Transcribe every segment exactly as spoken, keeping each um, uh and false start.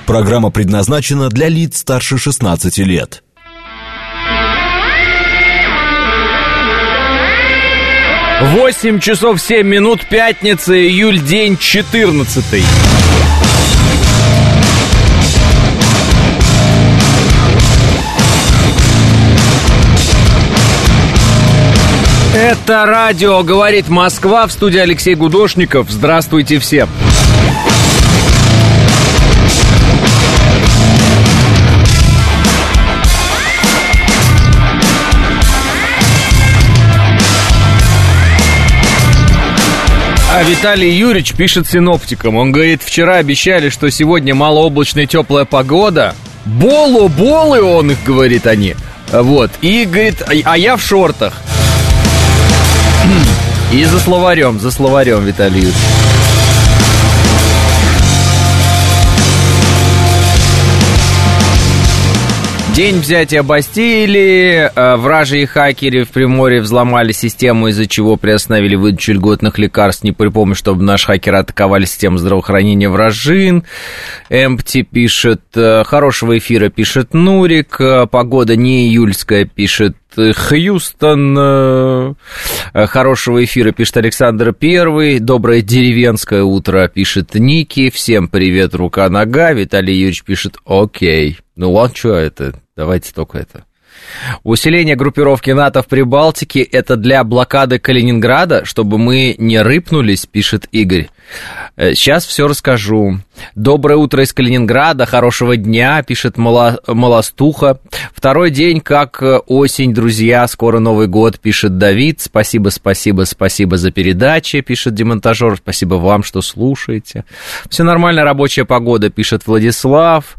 Программа предназначена для лиц старше шестнадцати лет. восемь часов семь минут, пятница, июль, день четырнадцатый. Это радио «Говорит Москва», в студии Алексей Гудошников. Здравствуйте всем. А Виталий Юрьевич пишет синоптикам. Он говорит, вчера обещали, что сегодня малооблачная теплая погода. Болу-болы, он их говорит, они. Вот. И говорит, а я в шортах. И за словарем, за словарем, Виталий Юрьевич. День взятия Бастилии, вражьи хакеры в Приморье взломали систему, из-за чего приостановили выдачу льготных лекарств. Не припомню, чтобы наши хакеры атаковали систему здравоохранения вражин. Эмпти пишет, хорошего эфира, пишет Нурик, погода не июльская, пишет Хьюстон. Хорошего эфира, пишет Александр Первый. Доброе деревенское утро, пишет Ники. Всем привет, рука-нога. Виталий Юрьевич пишет, окей. Ну ладно, что это? Давайте только это. Усиление группировки НАТО в Прибалтике – это для блокады Калининграда, чтобы мы не рыпнулись, пишет Игорь. Сейчас все расскажу. Доброе утро из Калининграда, хорошего дня, пишет Мало... Малостуха. Второй день, как осень, друзья, скоро Новый год, пишет Давид. Спасибо, спасибо, спасибо за передачи, пишет Демонтажер. Спасибо вам, что слушаете. Все нормально, рабочая погода, пишет Владислав.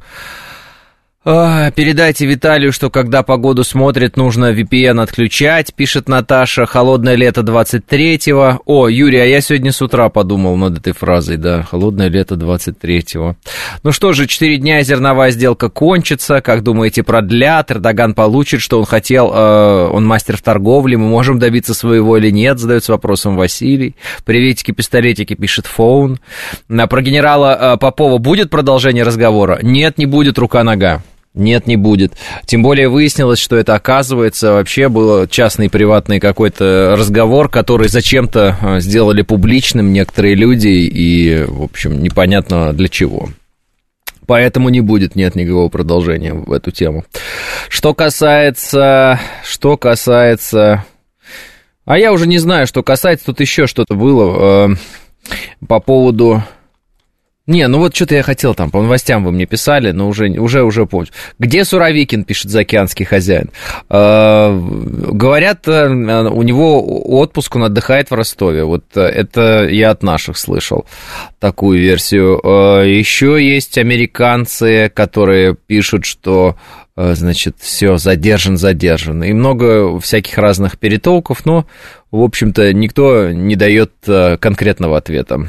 Передайте Виталию, что когда погоду смотрит, нужно ви пи эн отключать, пишет Наташа. Холодное лето двадцать третьего. О, Юрий, а я сегодня с утра подумал над этой фразой, да. Холодное лето двадцать третьего. Ну что же, четыре дня зерновая сделка кончится. Как думаете, продлят? Эрдоган получит, что он хотел. Э, он мастер в торговле. Мы можем добиться своего или нет? Задается вопросом Василий. Приветики-пистолетики, пишет Фоун. Про генерала э, Попова будет продолжение разговора? Нет, не будет, рука-нога. Нет, не будет. Тем более выяснилось, что это, оказывается, вообще был частный приватный какой-то разговор, который зачем-то сделали публичным некоторые люди, и, в общем, непонятно для чего. Поэтому не будет, нет никакого продолжения в эту тему. Что касается... Что касается... А я уже не знаю, что касается, тут еще что-то было э, по поводу... Не, ну вот что-то я хотел там, по новостям вы мне писали, но уже, уже, уже помню. Где Суровикин, пишет заокеанский хозяин? Э, говорят, у него отпуск, он отдыхает в Ростове. Вот это я от наших слышал такую версию. Э, еще есть американцы, которые пишут, что, э, значит, все, задержан, задержан. И много всяких разных перетолков, но, в общем-то, никто не дает конкретного ответа.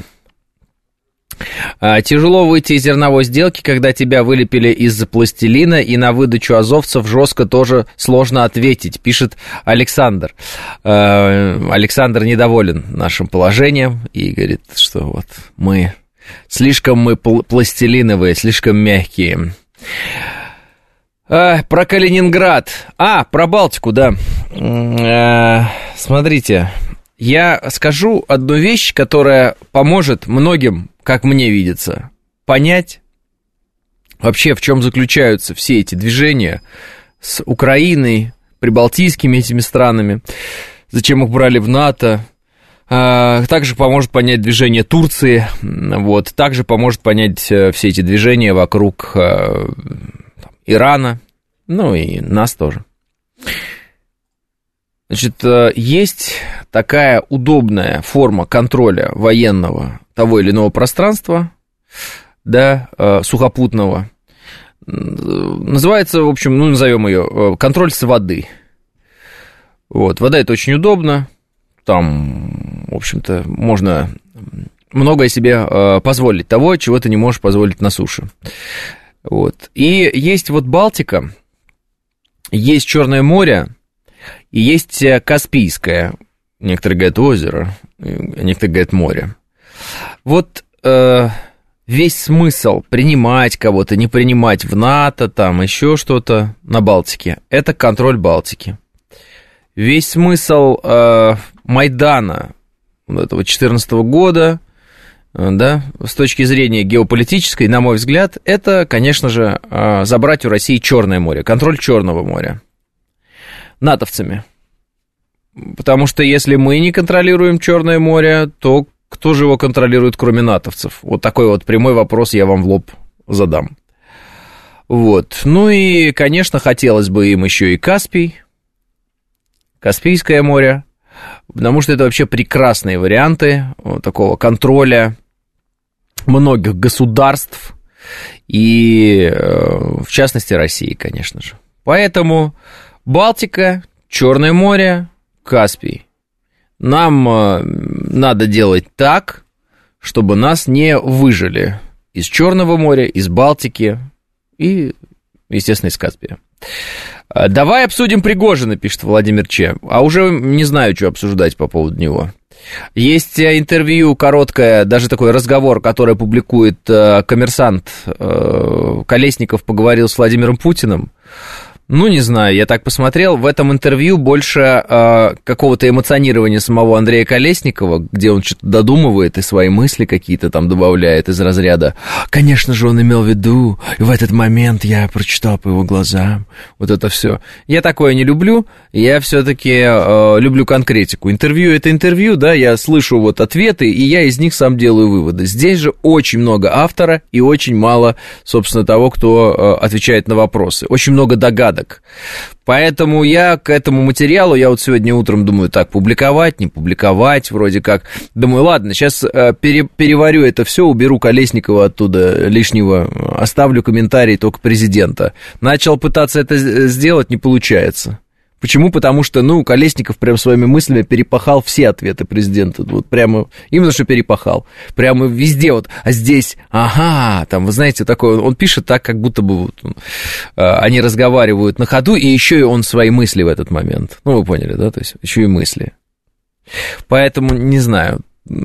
Тяжело выйти из зерновой сделки, когда тебя вылепили из пластилина, и на выдачу азовцев жестко тоже сложно ответить, пишет Александр. Александр недоволен нашим положением и говорит, что вот мы слишком мы пластилиновые, слишком мягкие. Про Калининград. А, про Балтику, да. Смотрите, я скажу одну вещь, которая поможет многим, как мне видится, понять вообще, в чем заключаются все эти движения с Украиной, прибалтийскими этими странами, зачем их брали в НАТО. Также поможет понять движение Турции, вот, также поможет понять все эти движения вокруг там, Ирана, ну и нас тоже. Значит, есть такая удобная форма контроля военного того или иного пространства, да, сухопутного. Называется, в общем, ну, назовем ее контроль с воды. Вот, вода это очень удобно. Там, в общем-то, можно многое себе позволить того, чего ты не можешь позволить на суше. Вот. И есть вот Балтика, есть Черное море, и есть Каспийское, некоторые говорят озеро, некоторые говорят море. Вот э, весь смысл принимать кого-то, не принимать в НАТО, там еще что-то на Балтике, это контроль Балтики. Весь смысл э, Майдана этого две тысячи четырнадцатого года, э, да, с точки зрения геополитической, на мой взгляд, это, конечно же, э, забрать у России Черное море, контроль Черного моря натовцами. Потому что если мы не контролируем Черное море, то кто же его контролирует, кроме натовцев? Вот такой вот прямой вопрос я вам в лоб задам. Вот. Ну и, конечно, хотелось бы им еще и Каспий, Каспийское море, потому что это вообще прекрасные варианты вот такого контроля многих государств и, в частности, России, конечно же. Поэтому Балтика, Черное море, Каспий. Нам надо делать так, чтобы нас не выжили из Черного моря, из Балтики и, естественно, из Каспия. Давай обсудим Пригожина, пишет Владимир Че. А уже не знаю, что обсуждать по поводу него. Есть интервью короткое, даже такой разговор, который публикует «Коммерсант». Колесников поговорил с Владимиром Путиным. Ну, не знаю, я так посмотрел, в этом интервью больше э, какого-то эмоционирования самого Андрея Колесникова, где он что-то додумывает и свои мысли какие-то там добавляет из разряда «Конечно же, он имел в виду, и в этот момент я прочитал по его глазам». Вот это все. Я такое не люблю, я все-таки э, люблю конкретику. Интервью — это интервью, да, я слышу вот ответы, и я из них сам делаю выводы. Здесь же очень много автора и очень мало, собственно, того, кто э, отвечает на вопросы. Очень много догадок. Поэтому я к этому материалу, я вот сегодня утром думаю, так, публиковать, не публиковать, вроде как. Думаю, ладно, сейчас пере, переварю это все, уберу Колесникова оттуда лишнего, оставлю комментарий только президента. Начал пытаться это сделать, не получается. Почему? Потому что, ну, Колесников прям своими мыслями перепахал все ответы президента. Вот прямо, именно что перепахал. Прямо везде вот, а здесь, ага, там, вы знаете, такое, он пишет так, как будто бы вот, они разговаривают на ходу, и еще и он свои мысли в этот момент. Ну, вы поняли, да, то есть еще и мысли. Поэтому, не знаю,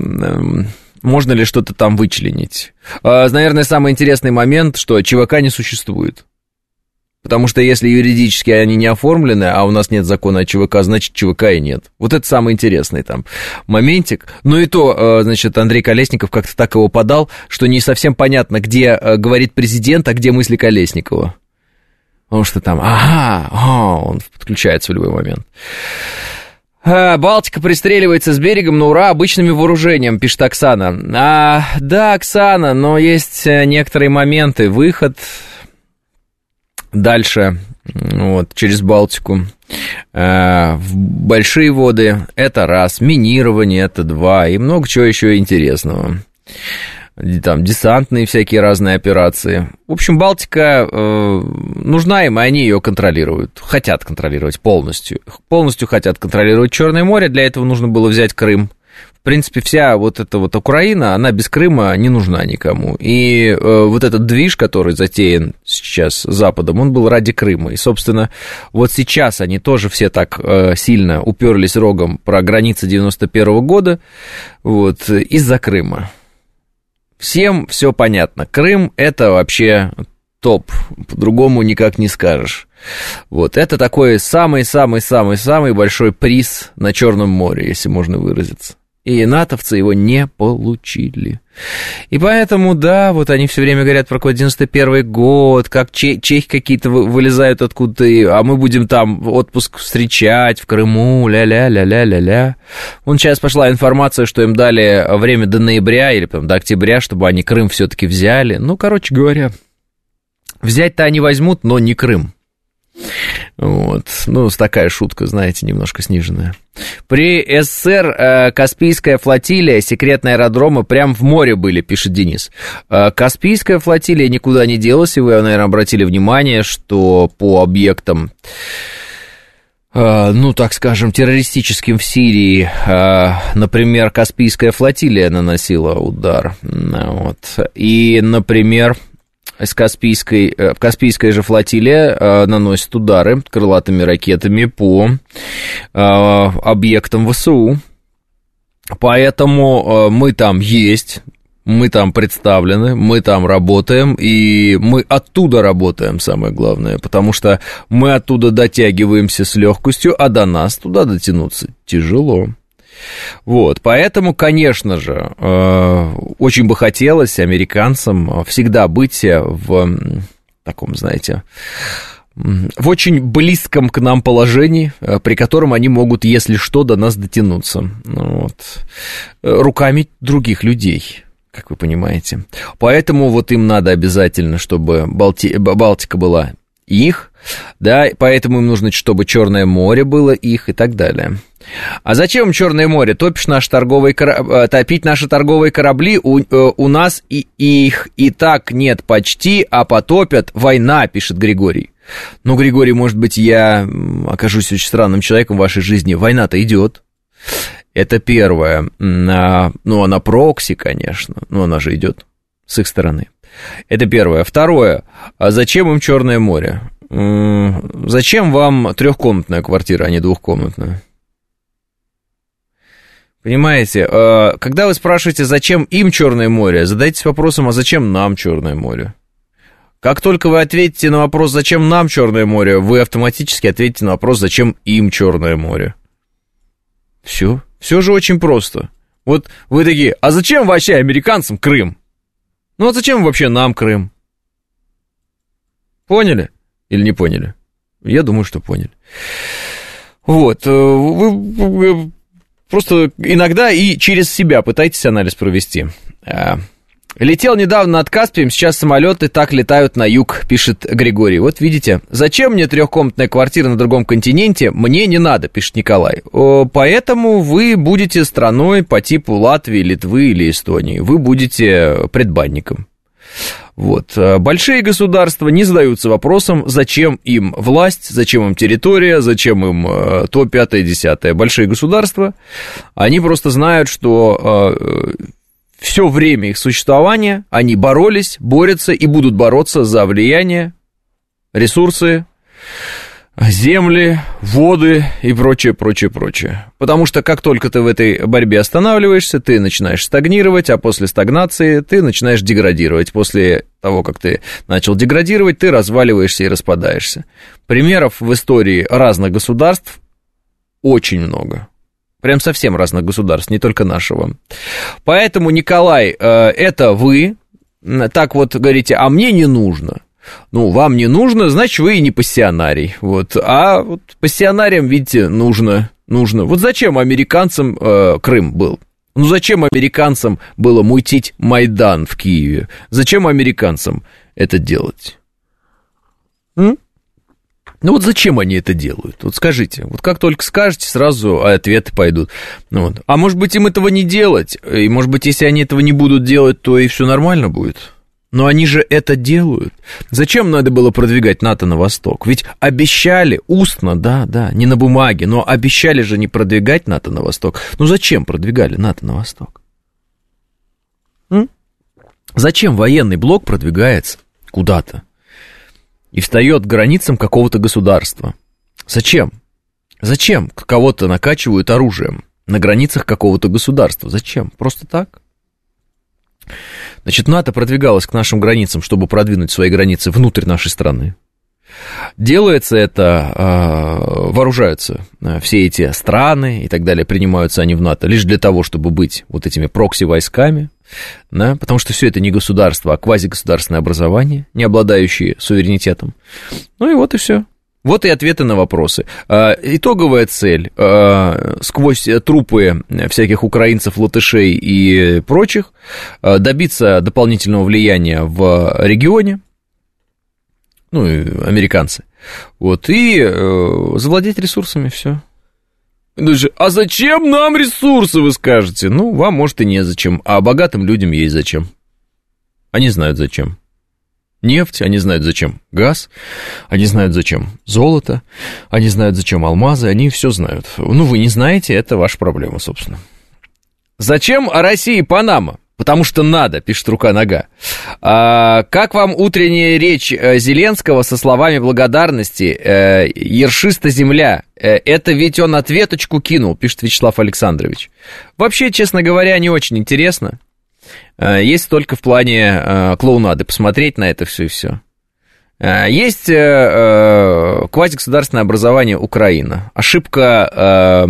можно ли что-то там вычленить. Наверное, самый интересный момент, что ЧВК не существует. Потому что если юридически они не оформлены, а у нас нет закона о ЧВК, значит, ЧВК и нет. Вот это самый интересный там моментик. Ну и то, значит, Андрей Колесников как-то так его подал, что не совсем понятно, где говорит президент, а где мысли Колесникова. Потому что там, ага, ага, он подключается в любой момент. Балтика пристреливается с берегом на ура обычным вооружением, пишет Оксана. А, да, Оксана, но есть некоторые моменты. Выход дальше, вот, через Балтику, э, в большие воды, это раз, минирование, это два, и много чего еще интересного. Там десантные всякие разные операции. В общем, Балтика э, нужна им, и они ее контролируют, хотят контролировать полностью. Полностью хотят контролировать Черное море, для этого нужно было взять Крым. В принципе, вся вот эта вот Украина, она без Крыма не нужна никому. И э, вот этот движ, который затеян сейчас Западом, он был ради Крыма. И, собственно, вот сейчас они тоже все так э, сильно уперлись рогом про границы девяносто первого года, вот, из-за Крыма. Всем все понятно. Крым – это вообще топ, по-другому никак не скажешь. Вот, это такой самый-самый-самый-самый большой приз на Черном море, если можно выразиться. И натовцы его не получили. И поэтому, да, вот они все время говорят про какой-то девяносто первый год, как че- чехи какие-то вылезают откуда-то, а мы будем там отпуск встречать в Крыму, ля-ля-ля-ля-ля-ля. Вон сейчас пошла информация, что им дали время до ноября или там, до октября, чтобы они Крым все-таки взяли. Ну, короче говоря, взять-то они возьмут, но не Крым. Вот, ну, такая шутка, знаете, немножко сниженная. При СССР э, Каспийская флотилия, секретные аэродромы прям в море были, пишет Денис. Э, Каспийская флотилия никуда не делась, и вы, наверное, обратили внимание, что по объектам, э, ну, так скажем, террористическим в Сирии, э, например, Каспийская флотилия наносила удар. Вот. И, например, с Каспийской, Каспийская же флотилия э, наносит удары крылатыми ракетами по э, объектам ВСУ. Поэтому э, мы там есть, мы там представлены, мы там работаем, и мы оттуда работаем, самое главное, потому что мы оттуда дотягиваемся с легкостью, а до нас туда дотянуться тяжело. Вот, поэтому, конечно же, очень бы хотелось американцам всегда быть в таком, знаете, в очень близком к нам положении, при котором они могут, если что, до нас дотянуться. Вот. Руками других людей, как вы понимаете. Поэтому вот им надо обязательно, чтобы Балти... Балтика была их, да, поэтому им нужно, чтобы Черное море было их и так далее. А зачем Черное море? Топишь наши торговые корабли, топить наши торговые корабли, у, у нас и их и так нет почти, а потопят, война, пишет Григорий. Ну, Григорий, может быть, я окажусь очень странным человеком в вашей жизни. Война-то идет. Это первое. Ну, она прокси, конечно, но она же идет с их стороны. Это первое. Второе. А зачем им Черное море? Зачем вам трехкомнатная квартира, а не двухкомнатная? Понимаете, когда вы спрашиваете, зачем им Черное море, задайтесь вопросом, а зачем нам Черное море? Как только вы ответите на вопрос, зачем нам Черное море, вы автоматически ответите на вопрос, зачем им Черное море. Все. Все же очень просто. Вот вы такие, а зачем вообще американцам Крым? Ну вот зачем вообще нам Крым? Поняли? Или не поняли? Я думаю, что поняли. Вот. Вы, вы просто иногда и через себя пытайтесь анализ провести. Летел недавно над Каспием, сейчас самолеты так летают на юг, пишет Григорий. Вот видите, зачем мне трехкомнатная квартира на другом континенте? Мне не надо, пишет Николай. Поэтому вы будете страной по типу Латвии, Литвы или Эстонии. Вы будете предбанником. Вот. Большие государства не задаются вопросом, зачем им власть, зачем им территория, зачем им то, пятое, десятое. Большие государства, они просто знают, что все время их существования они боролись, борются и будут бороться за влияние, ресурсы, земли, воды и прочее, прочее, прочее. Потому что как только ты в этой борьбе останавливаешься, ты начинаешь стагнировать, а после стагнации ты начинаешь деградировать. После того, как ты начал деградировать, ты разваливаешься и распадаешься. Примеров в истории разных государств очень много. Прям совсем разных государств, не только нашего. Поэтому, Николай, это вы так вот говорите, а мне не нужно. Ну, вам не нужно, значит, вы и не пассионарий. Вот. А вот пассионариям, видите, нужно, нужно. Вот зачем американцам э, Крым был? Ну, зачем американцам было мутить Майдан в Киеве? Зачем американцам это делать? М? Ну, вот зачем они это делают? Вот скажите. Вот как только скажете, сразу ответы пойдут. Ну, вот. А может быть, им этого не делать? И, может быть, если они этого не будут делать, то и все нормально будет? Но они же это делают. Зачем надо было продвигать НАТО на восток? Ведь обещали устно, да, да, не на бумаге, но обещали же не продвигать НАТО на восток. Ну зачем продвигали НАТО на восток? М? Зачем военный блок продвигается куда-то и встает к границам какого-то государства? Зачем? Зачем кого-то накачивают оружием на границах какого-то государства? Зачем? Просто так? Значит, НАТО продвигалось к нашим границам, чтобы продвинуть свои границы внутрь нашей страны. Делается это, вооружаются все эти страны и так далее, принимаются они в НАТО лишь для того, чтобы быть вот этими прокси-войсками, да, потому что все это не государство, а квазигосударственное образование, не обладающие суверенитетом. Ну и вот и все. Вот и ответы на вопросы. Итоговая цель сквозь трупы всяких украинцев, латышей и прочих добиться дополнительного влияния в регионе, ну и американцы, вот, и завладеть ресурсами, все. А зачем нам ресурсы, вы скажете? Ну, вам, может, и незачем, а богатым людям есть зачем. Они знают зачем. Нефть, они знают зачем газ, они знают зачем золото, они знают зачем алмазы, они все знают. Ну, вы не знаете, это ваша проблема, собственно. Зачем России Панама? Потому что надо, пишет рука-нога. А, как вам утренняя речь Зеленского со словами благодарности? Ершиста земля. Это ведь он ответочку кинул, пишет Вячеслав Александрович. Вообще, честно говоря, не очень интересно. Есть только в плане клоунады, посмотреть на это все и все. Есть квазигосударственное образование Украина. Ошибка,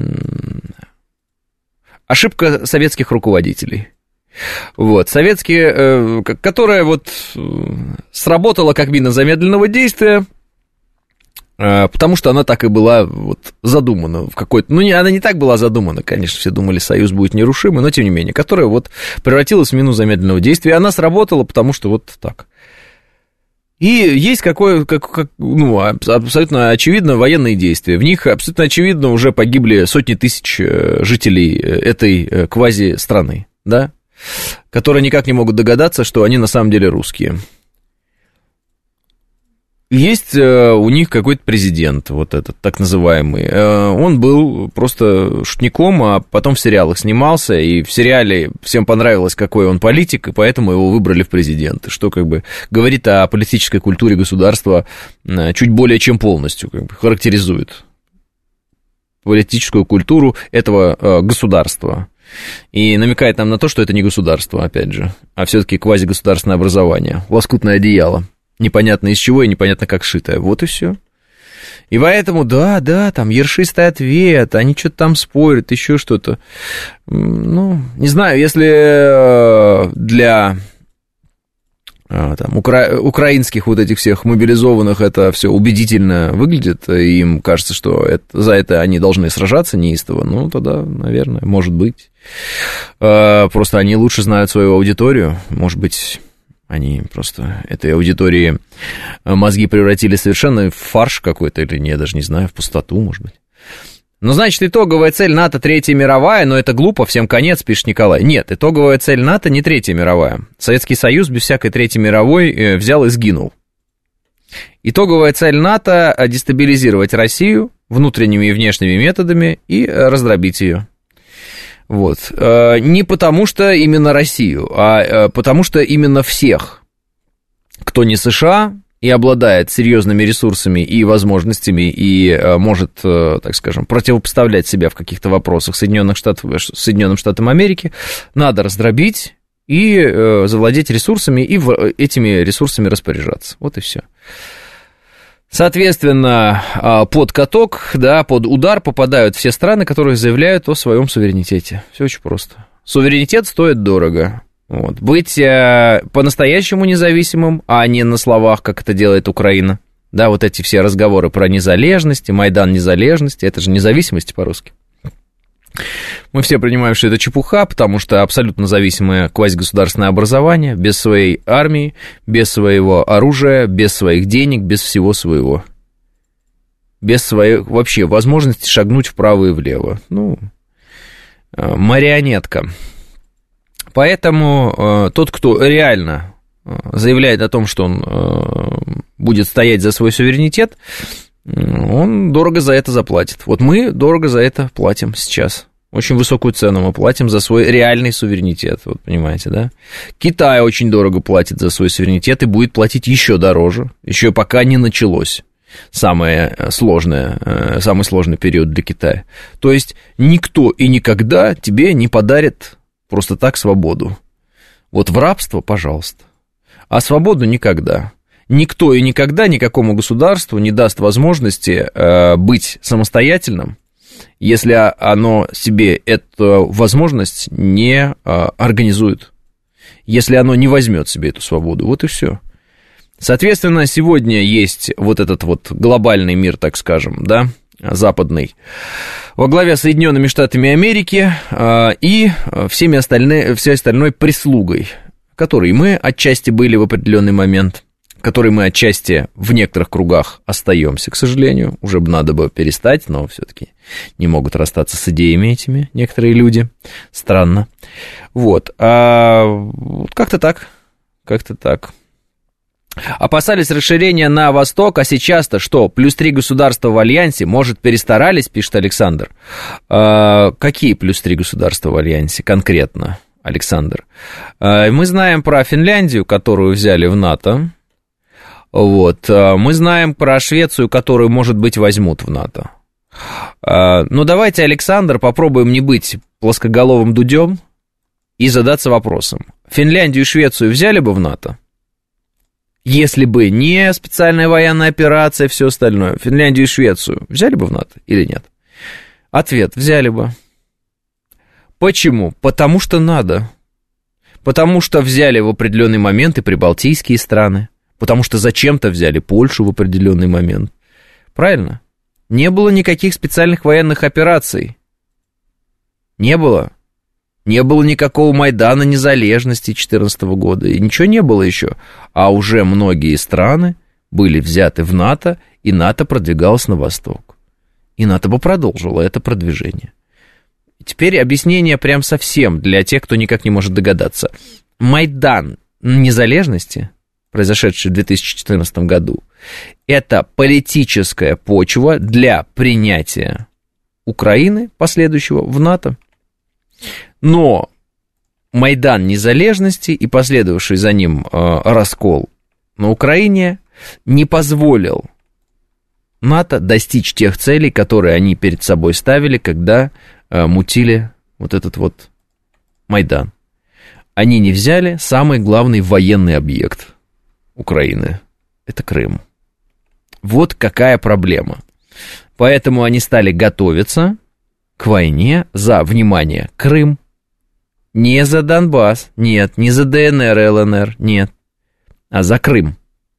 ошибка советских руководителей. Вот, советские, которая вот сработала как мина замедленного действия, потому что она так и была вот задумана в какой-то... Ну, не, она не так была задумана, конечно, все думали, союз будет нерушимый, но тем не менее, которая вот превратилась в мину замедленного действия, и она сработала, потому что вот так. И есть какое, как, как, ну, абсолютно очевидно военные действия. В них абсолютно очевидно уже погибли сотни тысяч жителей этой квази-страны, да, которые никак не могут догадаться, что они на самом деле русские. Есть у них какой-то президент, вот этот, так называемый. Он был просто шутником, а потом в сериалах снимался, и в сериале всем понравилось, какой он политик, и поэтому его выбрали в президенты, что как бы говорит о политической культуре государства чуть более чем полностью, как бы характеризует политическую культуру этого государства. И намекает нам на то, что это не государство, опять же, а все-таки квазигосударственное образование, лоскутное одеяло. Непонятно из чего и непонятно как шитое. Вот и все. И поэтому, да, да, там ершистый ответ, они что-то там спорят, еще что-то. Ну, не знаю, если для там, укра... украинских вот этих всех мобилизованных это все убедительно выглядит, и им кажется, что это... за это они должны сражаться неистово, ну, тогда, наверное, может быть. Просто они лучше знают свою аудиторию, может быть... Они просто этой аудитории мозги превратили совершенно в фарш какой-то, или не, я даже не знаю, в пустоту, может быть. Ну, значит, итоговая цель НАТО Третья мировая, но это глупо, всем конец, пишет Николай. Нет, итоговая цель НАТО не Третья мировая. Советский Союз без всякой Третьей мировой взял и сгинул. Итоговая цель НАТО – дестабилизировать Россию внутренними и внешними методами и раздробить ее. Вот. Не потому что именно Россию, а потому что именно всех, кто не США и обладает серьезными ресурсами и возможностями и может, так скажем, противопоставлять себя в каких-то вопросах Соединенных Штатов, Соединенным Штатам Америки, надо раздробить и завладеть ресурсами и этими ресурсами распоряжаться. Вот и все. Соответственно, под каток, да, под удар попадают все страны, которые заявляют о своем суверенитете. Все очень просто. Суверенитет стоит дорого. Вот. Быть э, по-настоящему независимым, а не на словах, как это делает Украина. Да, вот эти все разговоры про незалежность, Майдан незалежности, это же независимость по-русски. Мы все понимаем, что это чепуха, потому что абсолютно зависимое квазигосударственное образование, без своей армии, без своего оружия, без своих денег, без всего своего. Без своей вообще возможности шагнуть вправо и влево. Ну, марионетка. Поэтому э, тот, кто реально заявляет о том, что он э, будет стоять за свой суверенитет, он дорого за это заплатит. Вот мы дорого за это платим сейчас. Очень высокую цену мы платим за свой реальный суверенитет, вот понимаете, да? Китай очень дорого платит за свой суверенитет и будет платить еще дороже, еще пока не началось самое сложное, самый сложный период для Китая. То есть никто и никогда тебе не подарит просто так свободу. Вот в рабство, пожалуйста, а свободу никогда. Никто и никогда никакому государству не даст возможности э, быть самостоятельным, если оно себе эту возможность не э, организует, если оно не возьмет себе эту свободу. Вот и все. Соответственно, сегодня есть вот этот вот глобальный мир, так скажем, да, западный, во главе с Соединенными Штатами Америки э, и всеми остальной, всей остальной прислугой, которой мы отчасти были в определенный момент, которой мы отчасти в некоторых кругах остаемся, к сожалению. Уже бы надо бы перестать, но все-таки не могут расстаться с идеями этими некоторые люди. Странно. Вот. А как-то так. Как-то так. Опасались расширения на восток, а сейчас-то что? Плюс три государства в альянсе, может, перестарались, пишет Александр. А какие плюс три государства в альянсе конкретно, Александр? А мы знаем про Финляндию, которую взяли в НАТО. Вот. Мы знаем про Швецию, которую, может быть, возьмут в НАТО. Ну, давайте, Александр, попробуем не быть плоскоголовым дудем. и задаться вопросом, Финляндию и Швецию взяли бы в НАТО? Если бы не специальная военная операция и все остальное, Финляндию и Швецию взяли бы в НАТО или нет? Ответ: взяли бы. Почему? Потому что надо. Потому что взяли в определенный момент и прибалтийские страны. Потому что зачем-то взяли Польшу в определенный момент. Правильно? Не было никаких специальных военных операций. Не было. Не было никакого Майдана Незалежности две тысячи четырнадцатого года. И ничего не было еще. А уже многие страны были взяты в НАТО, и НАТО продвигалось на восток. И НАТО бы продолжило это продвижение. Теперь объяснение прям совсем для тех, кто никак не может догадаться. Майдан Незалежности, произошедший в две тысячи четырнадцатом году, это политическая почва для принятия Украины последующего в НАТО. Но Майдан Незалежности и последовавший за ним э, раскол на Украине не позволил НАТО достичь тех целей, которые они перед собой ставили, когда э, мутили вот этот вот Майдан. Они не взяли самый главный военный объект Украины. Это Крым. Вот какая проблема. Поэтому они стали готовиться к войне за, внимание, Крым. Не за Донбасс, нет, не за ДНР, ЛНР, нет, а за Крым.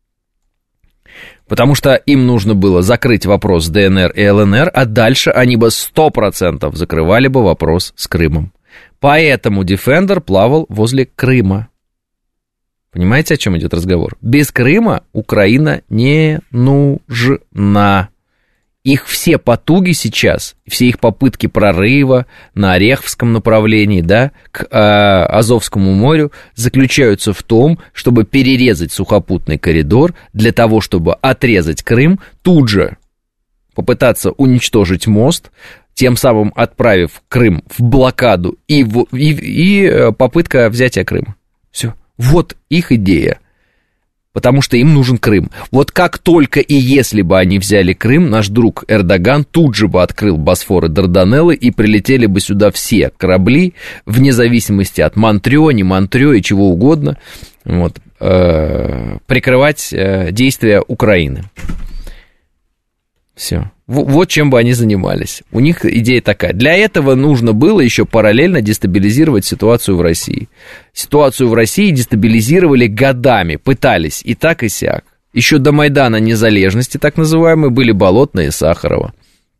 Потому что им нужно было закрыть вопрос с ДНР и ЛНР, а дальше они бы сто процентов закрывали бы вопрос с Крымом. Поэтому Defender плавал возле Крыма. Понимаете, о чем идет разговор? Без Крыма Украина не нужна. Их все потуги сейчас, все их попытки прорыва на Ореховском направлении, да, к э, Азовскому морю заключаются в том, чтобы перерезать сухопутный коридор для того, чтобы отрезать Крым, тут же попытаться уничтожить мост, тем самым отправив Крым в блокаду и, в, и, и попытка взятия Крыма. Все. Вот их идея. Потому что им нужен Крым. Вот как только и если бы они взяли Крым, наш друг Эрдоган тут же бы открыл Босфор и Дарданеллы, и прилетели бы сюда все корабли, вне зависимости от Монтрё, не Монтрё и чего угодно, вот, э, прикрывать э, действия Украины. Все. Вот чем бы они занимались. У них идея такая. Для этого нужно было еще параллельно дестабилизировать ситуацию в России. Ситуацию в России дестабилизировали годами, пытались и так, и сяк. Еще до Майдана Незалежности, так называемые, были Болотная и Сахарова.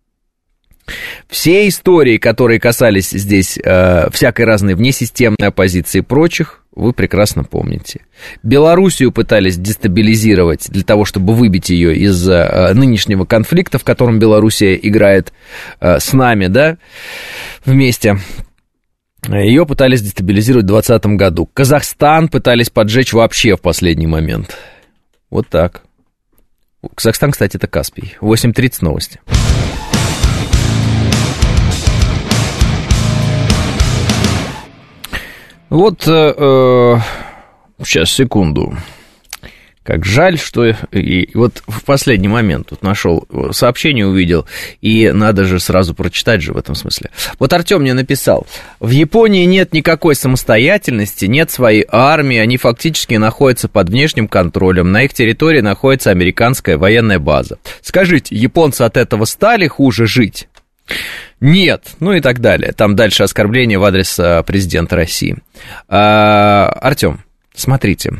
Все истории, которые касались здесь э, всякой разной внесистемной оппозиции и прочих, вы прекрасно помните. Белоруссию пытались дестабилизировать для того, чтобы выбить ее из э, нынешнего конфликта, в котором Белоруссия играет э, с нами, да, вместе. Ее пытались дестабилизировать в двадцатом году. Казахстан пытались поджечь вообще в последний момент. Вот так. Казахстан, кстати, это Каспий. восемь тридцать новости. Вот, э, сейчас, секунду. Как жаль, что... И, и вот в последний момент тут нашел сообщение, увидел, и надо же сразу прочитать же в этом смысле. Вот Артем мне написал: в Японии нет никакой самостоятельности, нет своей армии, они фактически находятся под внешним контролем, на их территории находится американская военная база. Скажите, японцы от этого стали хуже жить? Нет, ну и так далее. Там дальше оскорбление в адрес а, президента России. а, Артем, смотрите.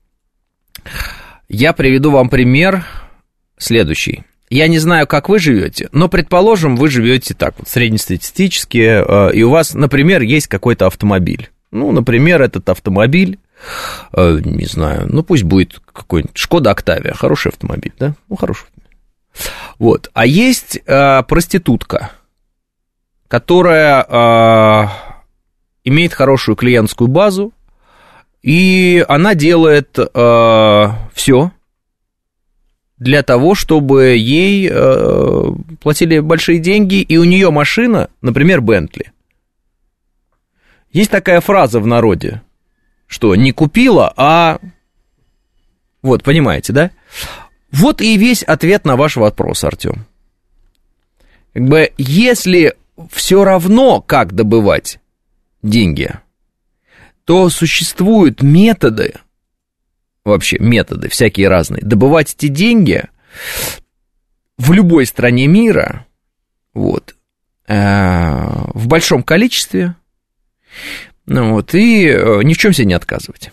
Я приведу вам пример следующий. Я не знаю, как вы живете, но, предположим, вы живете так вот, среднестатистически, а, и у вас, например, есть какой-то автомобиль. Ну, например, этот автомобиль, а, не знаю, ну пусть будет какой-нибудь Шкода Октавия, хороший автомобиль, да? Ну, хороший. Вот. А есть а, проститутка, которая э, имеет хорошую клиентскую базу, и она делает э, все для того, чтобы ей э, платили большие деньги, и у нее машина, например, Бентли. Есть такая фраза в народе, что не купила, а... Вот, понимаете, да? Вот и весь ответ на ваш вопрос, Артем. Как бы, если... все равно, как добывать деньги, то существуют методы, вообще методы всякие разные, добывать эти деньги в любой стране мира, вот, в большом количестве, ну, вот, и ни в чем себе не отказывать.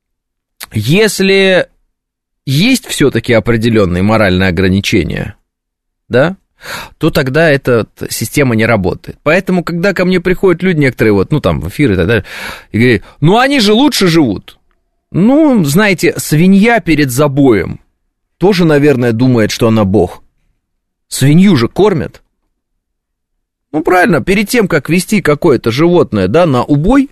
Если есть все-таки определенные моральные ограничения, да, то тогда эта система не работает. Поэтому, когда ко мне приходят люди некоторые, вот, ну, там, в эфиры и так далее, и говорят, ну, они же лучше живут. Ну, знаете, свинья перед забоем тоже, наверное, думает, что она бог. Свинью же кормят. Ну, правильно, перед тем, как вести какое-то животное, да, на убой,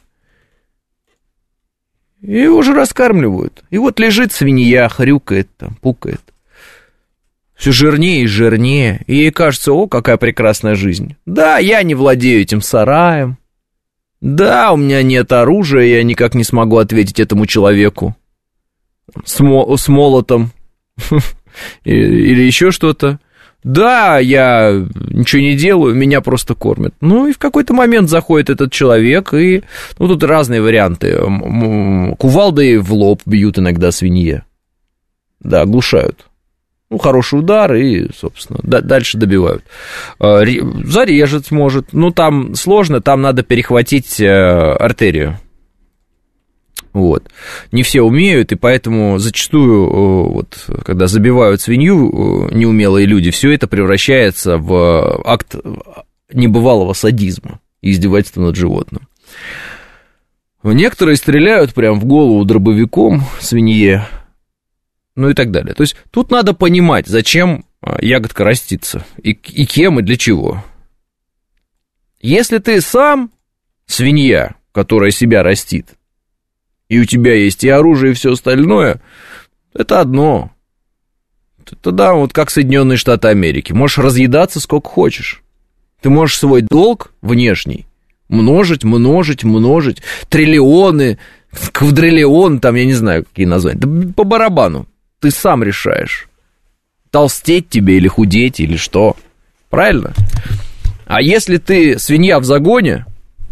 его же раскармливают. И вот лежит свинья, хрюкает, там, пукает. Все жирнее и жирнее. И ей кажется, о, какая прекрасная жизнь. Да, я не владею этим сараем. Да, у меня нет оружия, я никак не смогу ответить этому человеку. С, мо- с молотом. Или еще что-то. Да, я ничего не делаю, меня просто кормят. Ну, и в какой-то момент заходит этот человек, и... Ну, тут разные варианты. Кувалдой в лоб бьют иногда свинье. Да, оглушают. Ну, хороший удар, и, собственно, дальше добивают. Зарежет может. Ну, там сложно, там надо перехватить артерию. Вот. Не все умеют, и поэтому зачастую, вот, когда забивают свинью неумелые люди, все это превращается в акт небывалого садизма и издевательства над животным. Некоторые стреляют прям в голову дробовиком свинье, ну и так далее. То есть тут надо понимать, зачем ягодка растится, и, и кем, и для чего. Если ты сам свинья, которая себя растит, и у тебя есть и оружие, и все остальное, это одно. Тогда вот как Соединенные Штаты Америки. Можешь разъедаться сколько хочешь. Ты можешь свой долг внешний множить, множить, множить. Триллионы, квадриллион, там, я не знаю, какие названия. Да по барабану. Ты сам решаешь, толстеть тебе или худеть, или что. Правильно? А если ты свинья в загоне...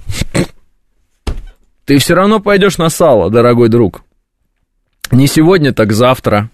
Ты все равно пойдешь на сало, дорогой друг. Не сегодня, так завтра.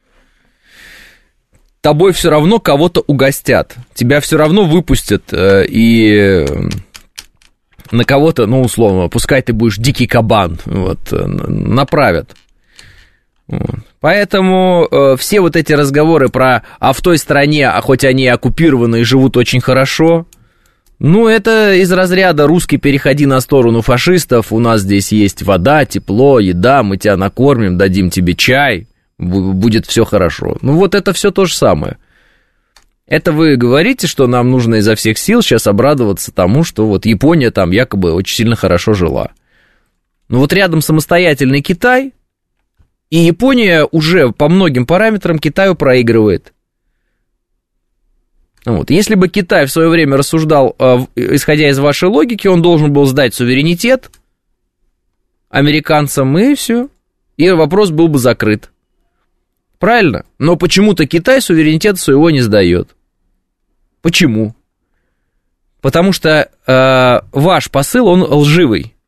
Тобой все равно кого-то угостят. Тебя все равно выпустят и на кого-то, ну, условно, пускай ты будешь дикий кабан, вот, направят. Вот. Поэтому э, все вот эти разговоры про «а в той стране, а хоть они оккупированы и живут очень хорошо», ну, это из разряда «русский, переходи на сторону фашистов, у нас здесь есть вода, тепло, еда, мы тебя накормим, дадим тебе чай, будет все хорошо». Ну, вот это все то же самое. Это вы говорите, что нам нужно изо всех сил сейчас обрадоваться тому, что вот Япония там якобы очень сильно хорошо жила. Ну, вот рядом самостоятельный Китай, и Япония уже по многим параметрам Китаю проигрывает. Вот. Если бы Китай в свое время рассуждал, исходя из вашей логики, он должен был сдать суверенитет американцам, и все. И вопрос был бы закрыт. Правильно? Но почему-то Китай суверенитет своего не сдает. Почему? Потому что э, ваш посыл, он лживый.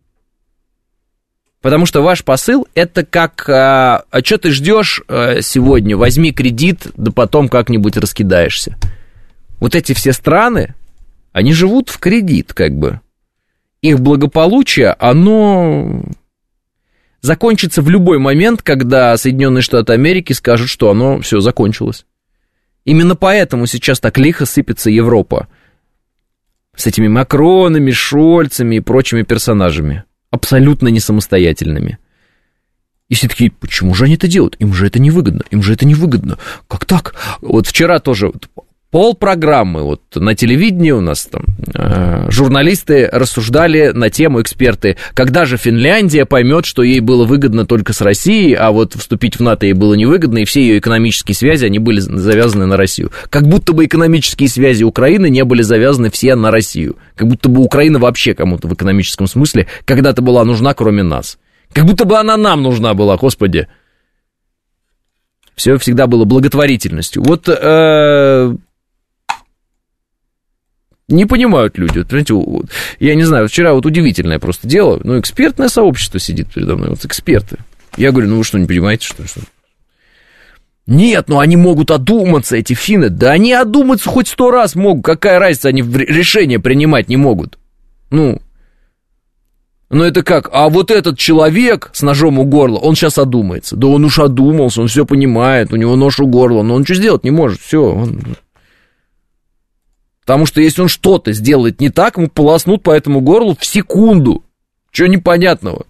Потому что ваш посыл, это как, а, а что ты ждешь а, сегодня, возьми кредит, да потом как-нибудь раскидаешься. Вот эти все страны, они живут в кредит, как бы. Их благополучие, оно закончится в любой момент, когда Соединенные Штаты Америки скажут, что оно все закончилось. Именно поэтому сейчас так лихо сыпется Европа. С этими Макронами, Шольцами и прочими персонажами. Абсолютно не самостоятельными. И все такие, почему же они это делают? Им же это невыгодно, им же это невыгодно. Как так? Вот вчера тоже полпрограммы вот на телевидении у нас там э, журналисты рассуждали на тему, эксперты, когда же Финляндия поймет, что ей было выгодно только с Россией, а вот вступить в НАТО ей было невыгодно, и все ее экономические связи, они были завязаны на Россию. Как будто бы экономические связи Украины не были завязаны все на Россию. Как будто бы Украина вообще кому-то в экономическом смысле когда-то была нужна, кроме нас. Как будто бы она нам нужна была, господи. Все всегда было благотворительностью. Вот... Э, Не понимают люди. Вот, понимаете, вот, я не знаю, вчера вот удивительное просто дело, ну, экспертное сообщество сидит передо мной, вот эксперты. Я говорю, ну вы что, не понимаете, что ли? Что? Нет, ну они могут одуматься, эти финны. Да они одуматься хоть сто раз могут, какая разница, они решения принимать не могут. Ну, ну это как, а вот этот человек с ножом у горла, он сейчас одумается. Да он уж одумался, он все понимает, у него нож у горла, но он что сделать не может, все, он... Потому что если он что-то сделает не так, ему полоснут по этому горлу в секунду. Чего непонятного?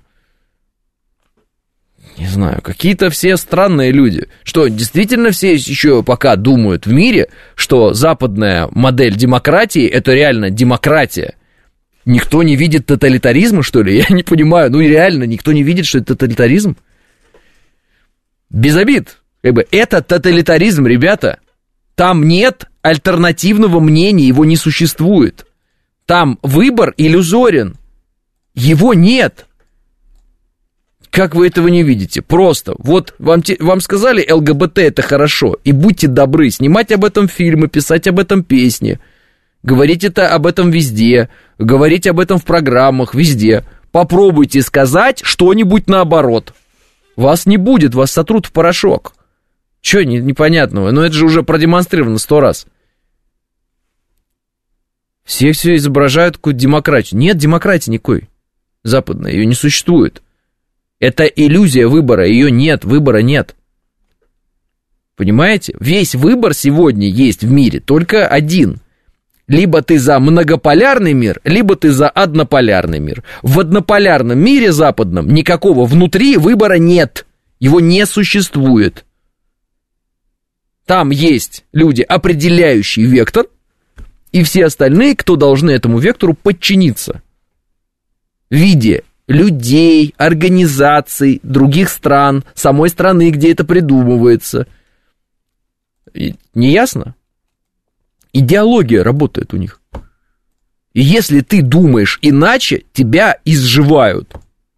Не знаю, какие-то все странные люди. Что, действительно все еще пока думают в мире, что западная модель демократии – это реально демократия? Никто не видит тоталитаризма, что ли? Я не понимаю. Ну, реально, никто не видит, что это тоталитаризм? Без обид. Как бы, это тоталитаризм, ребята. Там нет альтернативного мнения, его не существует. Там выбор иллюзорен. Его нет. Как вы этого не видите? Просто. Вот вам, те, вам сказали, ЛГБТ это хорошо. И будьте добры, снимать об этом фильмы, писать об этом песни. Говорить это об этом везде. Говорить об этом в программах, везде. Попробуйте сказать что-нибудь наоборот. Вас не будет, вас сотрут в порошок. Чё не, непонятного? Ну, это же уже продемонстрировано сто раз. Все все изображают какую-то демократию. Нет демократии никакой. Западной, ее не существует. Это иллюзия выбора, ее нет, выбора нет. Понимаете? Весь выбор сегодня есть в мире только один. Либо ты за многополярный мир, либо ты за однополярный мир. В однополярном мире западном никакого внутри выбора нет. Его не существует. Там есть люди, определяющие вектор, и все остальные, кто должны этому вектору подчиниться. В виде людей, организаций, других стран, самой страны, где это придумывается. И не ясно? Идеология работает у них. И если ты думаешь иначе, тебя изживают.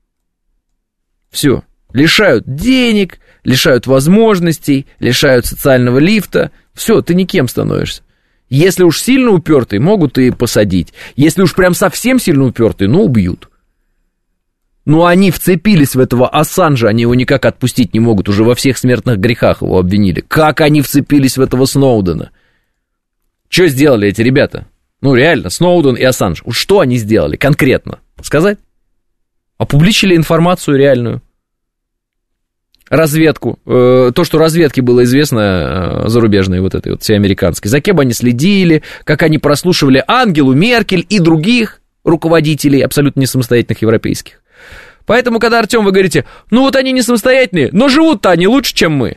Все. Лишают денег, лишают возможностей, лишают социального лифта. Все, ты никем становишься. Если уж сильно упертый, могут и посадить. Если уж прям совсем сильно упертый, ну, убьют. Но они вцепились в этого Ассанжа, они его никак отпустить не могут. Уже во всех смертных грехах его обвинили. Как они вцепились в этого Сноудена? Что сделали эти ребята? Ну, реально, Сноуден и Ассанж. Что они сделали конкретно? Сказать? Опубличили информацию реальную. Разведку, э, то, что разведке было известно, э, зарубежной вот этой вот всеамериканской, за кем они следили, как они прослушивали Ангелу Меркель и других руководителей, абсолютно не самостоятельных европейских. Поэтому, когда, Артем, вы говорите, ну вот они не самостоятельные, но живут-то они лучше, чем мы.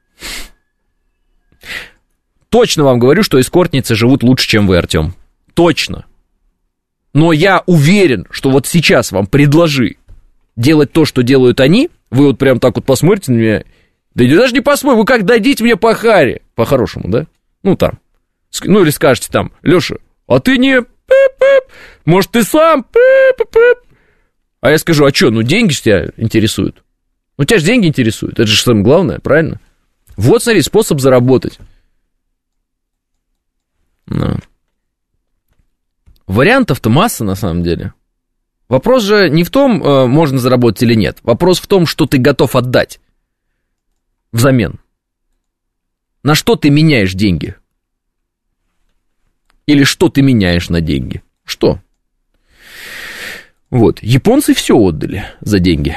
Точно вам говорю, что эскортницы живут лучше, чем вы, Артем. Точно. Но я уверен, что вот сейчас вам предложи делать то, что делают они, вы вот прям так вот посмотрите на меня, да даже не посмотрите, вы как дадите мне по харе, по-хорошему, да? Ну, там. Ну, или скажете там, Леша, а ты не... Может, ты сам... А я скажу, а что, ну, деньги же тебя интересуют. Ну, тебя же деньги интересуют, это же самое главное, правильно? Вот, смотри, способ заработать. Ну. Вариантов-то масса, на самом деле. Вопрос же не в том, можно заработать или нет. Вопрос в том, что ты готов отдать взамен. На что ты меняешь деньги? Или что ты меняешь на деньги? Что? Вот, японцы все отдали за деньги.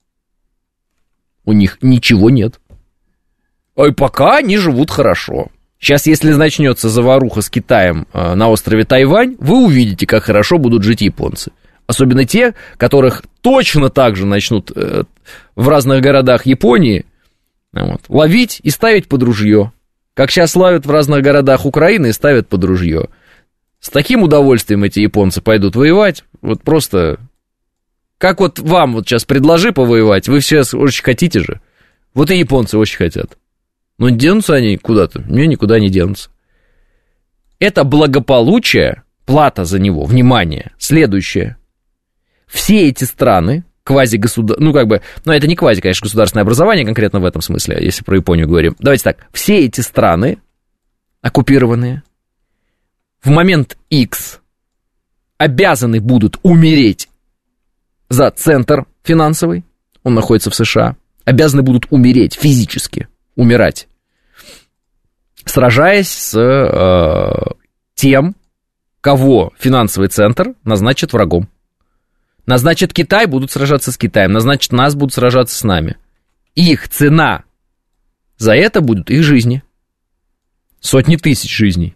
У них ничего нет. И пока они живут хорошо. Сейчас, если начнется заваруха с Китаем на острове Тайвань, вы увидите, как хорошо будут жить японцы. Особенно те, которых точно так же начнут э, в разных городах Японии вот, ловить и ставить под ружье. Как сейчас ловят в разных городах Украины и ставят под ружье. С таким удовольствием эти японцы пойдут воевать. Вот просто... Как вот вам вот сейчас предложи повоевать, вы сейчас очень хотите же. Вот и японцы очень хотят. Но денутся они куда-то? Не, никуда не денутся. Это благополучие, плата за него, внимание, следующее. Все эти страны, квазигосудар... ну, как бы, ну, это не квази, конечно, государственное образование конкретно в этом смысле, если про Японию говорим. Давайте так, все эти страны, оккупированные, в момент X обязаны будут умереть за центр финансовый, он находится в США, обязаны будут умереть физически, умирать, сражаясь с э, тем, кого финансовый центр назначит врагом. Назначит Китай, будут сражаться с Китаем, назначит нас, будут сражаться с нами. Их цена за это будут их жизни. Сотни тысяч жизней.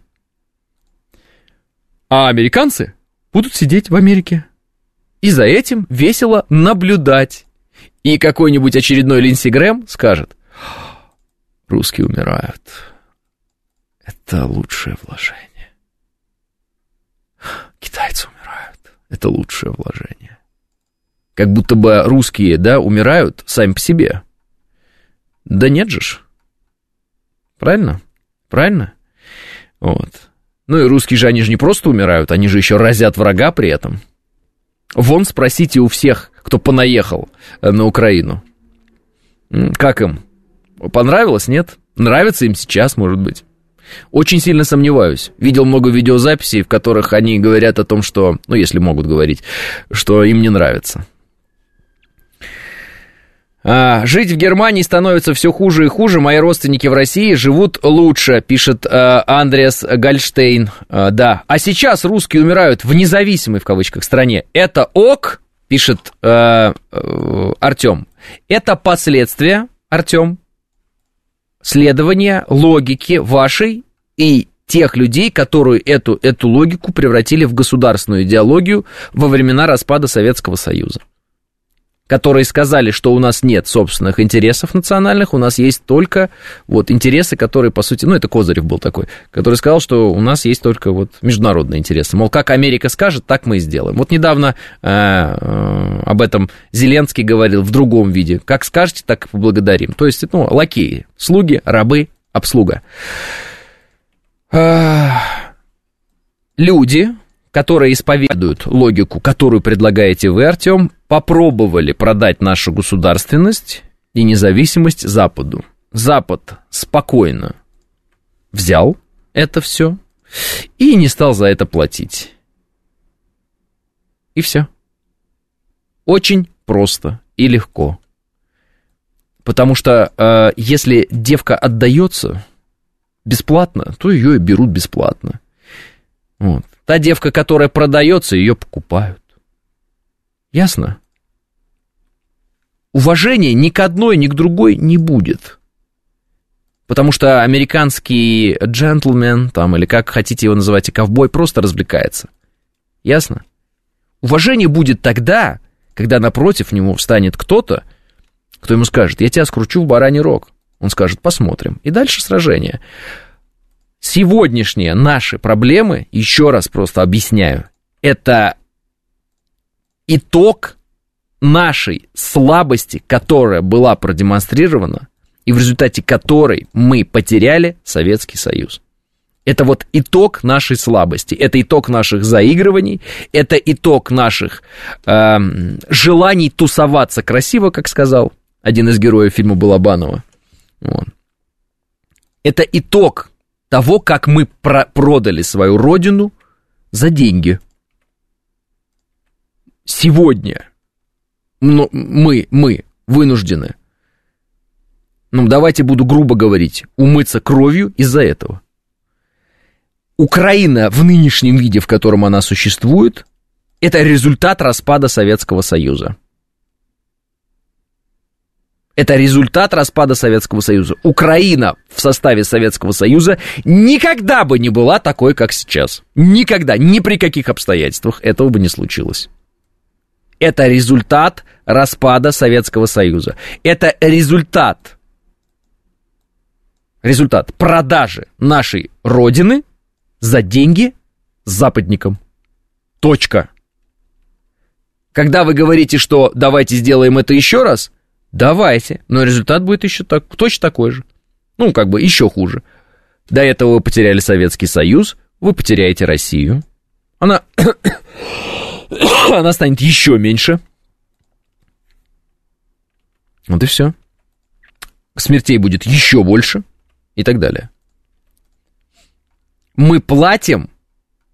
А американцы будут сидеть в Америке и за этим весело наблюдать. И какой-нибудь очередной Линдси Грэм скажет: русские умирают. Это лучшее вложение. Китайцы умирают. Это лучшее вложение. Как будто бы русские, да, умирают сами по себе. Да нет же ж. Правильно? Правильно? Вот. Ну и русские же, они же не просто умирают, они же еще разят врага при этом. Вон спросите у всех, кто понаехал на Украину. Как им? Понравилось, нет? Нравится им сейчас, может быть. Очень сильно сомневаюсь. Видел много видеозаписей, в которых они говорят о том, что, ну, если могут говорить, что им не нравится. А, жить в Германии становится все хуже и хуже. Мои родственники в России живут лучше, пишет а, Андреас Гольштейн. А, да. А сейчас русские умирают в независимой, в кавычках, стране. Это ок, пишет а, а, Артем. Это последствия, Артем, следования логики вашей и тех людей, которые эту, эту логику превратили в государственную идеологию во времена распада Советского Союза. Которые сказали, что у нас нет собственных интересов национальных, у нас есть только вот интересы, которые, по сути, ну, это Козырев был такой, который сказал, что у нас есть только вот международные интересы. Мол, как Америка скажет, так мы и сделаем. Вот недавно э, э, об этом Зеленский говорил в другом виде. Как скажете, так и поблагодарим. То есть, ну, лакеи, слуги, рабы, обслуга. Э, люди, которые исповедуют логику, которую предлагаете вы, Артем, попробовали продать нашу государственность и независимость Западу. Запад спокойно взял это все и не стал за это платить. И все. Очень просто и легко. Потому что э, если девка отдается бесплатно, то ее и берут бесплатно. Вот. Та девка, которая продается, ее покупают. Ясно? Уважения ни к одной, ни к другой не будет. Потому что американский джентльмен, там, или как хотите его называть, и ковбой, просто развлекается. Ясно? Уважение будет тогда, когда напротив него встанет кто-то, кто ему скажет: я тебя скручу в бараний рог. Он скажет: посмотрим. И дальше сражение. Сегодняшние наши проблемы, еще раз просто объясняю, это итог нашей слабости, которая была продемонстрирована, и в результате которой мы потеряли Советский Союз. Это вот итог нашей слабости, это итог наших заигрываний, это итог наших э, желаний тусоваться красиво, как сказал один из героев фильма Балабанова. Вот. Это итог того, как мы про- продали свою родину за деньги. Сегодня мы, мы вынуждены, ну, давайте буду грубо говорить, умыться кровью из-за этого. Украина в нынешнем виде, в котором она существует, это результат распада Советского Союза. Это результат распада Советского Союза. Украина в составе Советского Союза никогда бы не была такой, как сейчас. Никогда, ни при каких обстоятельствах этого бы не случилось. Это результат распада Советского Союза. Это результат, результат продажи нашей родины за деньги западникам. Точка. Когда вы говорите, что давайте сделаем это еще раз, давайте, но результат будет еще так, точно такой же. Ну, как бы еще хуже. До этого вы потеряли Советский Союз, вы потеряете Россию. Она, она станет еще меньше. Вот и все. Смертей будет еще больше и так далее. Мы платим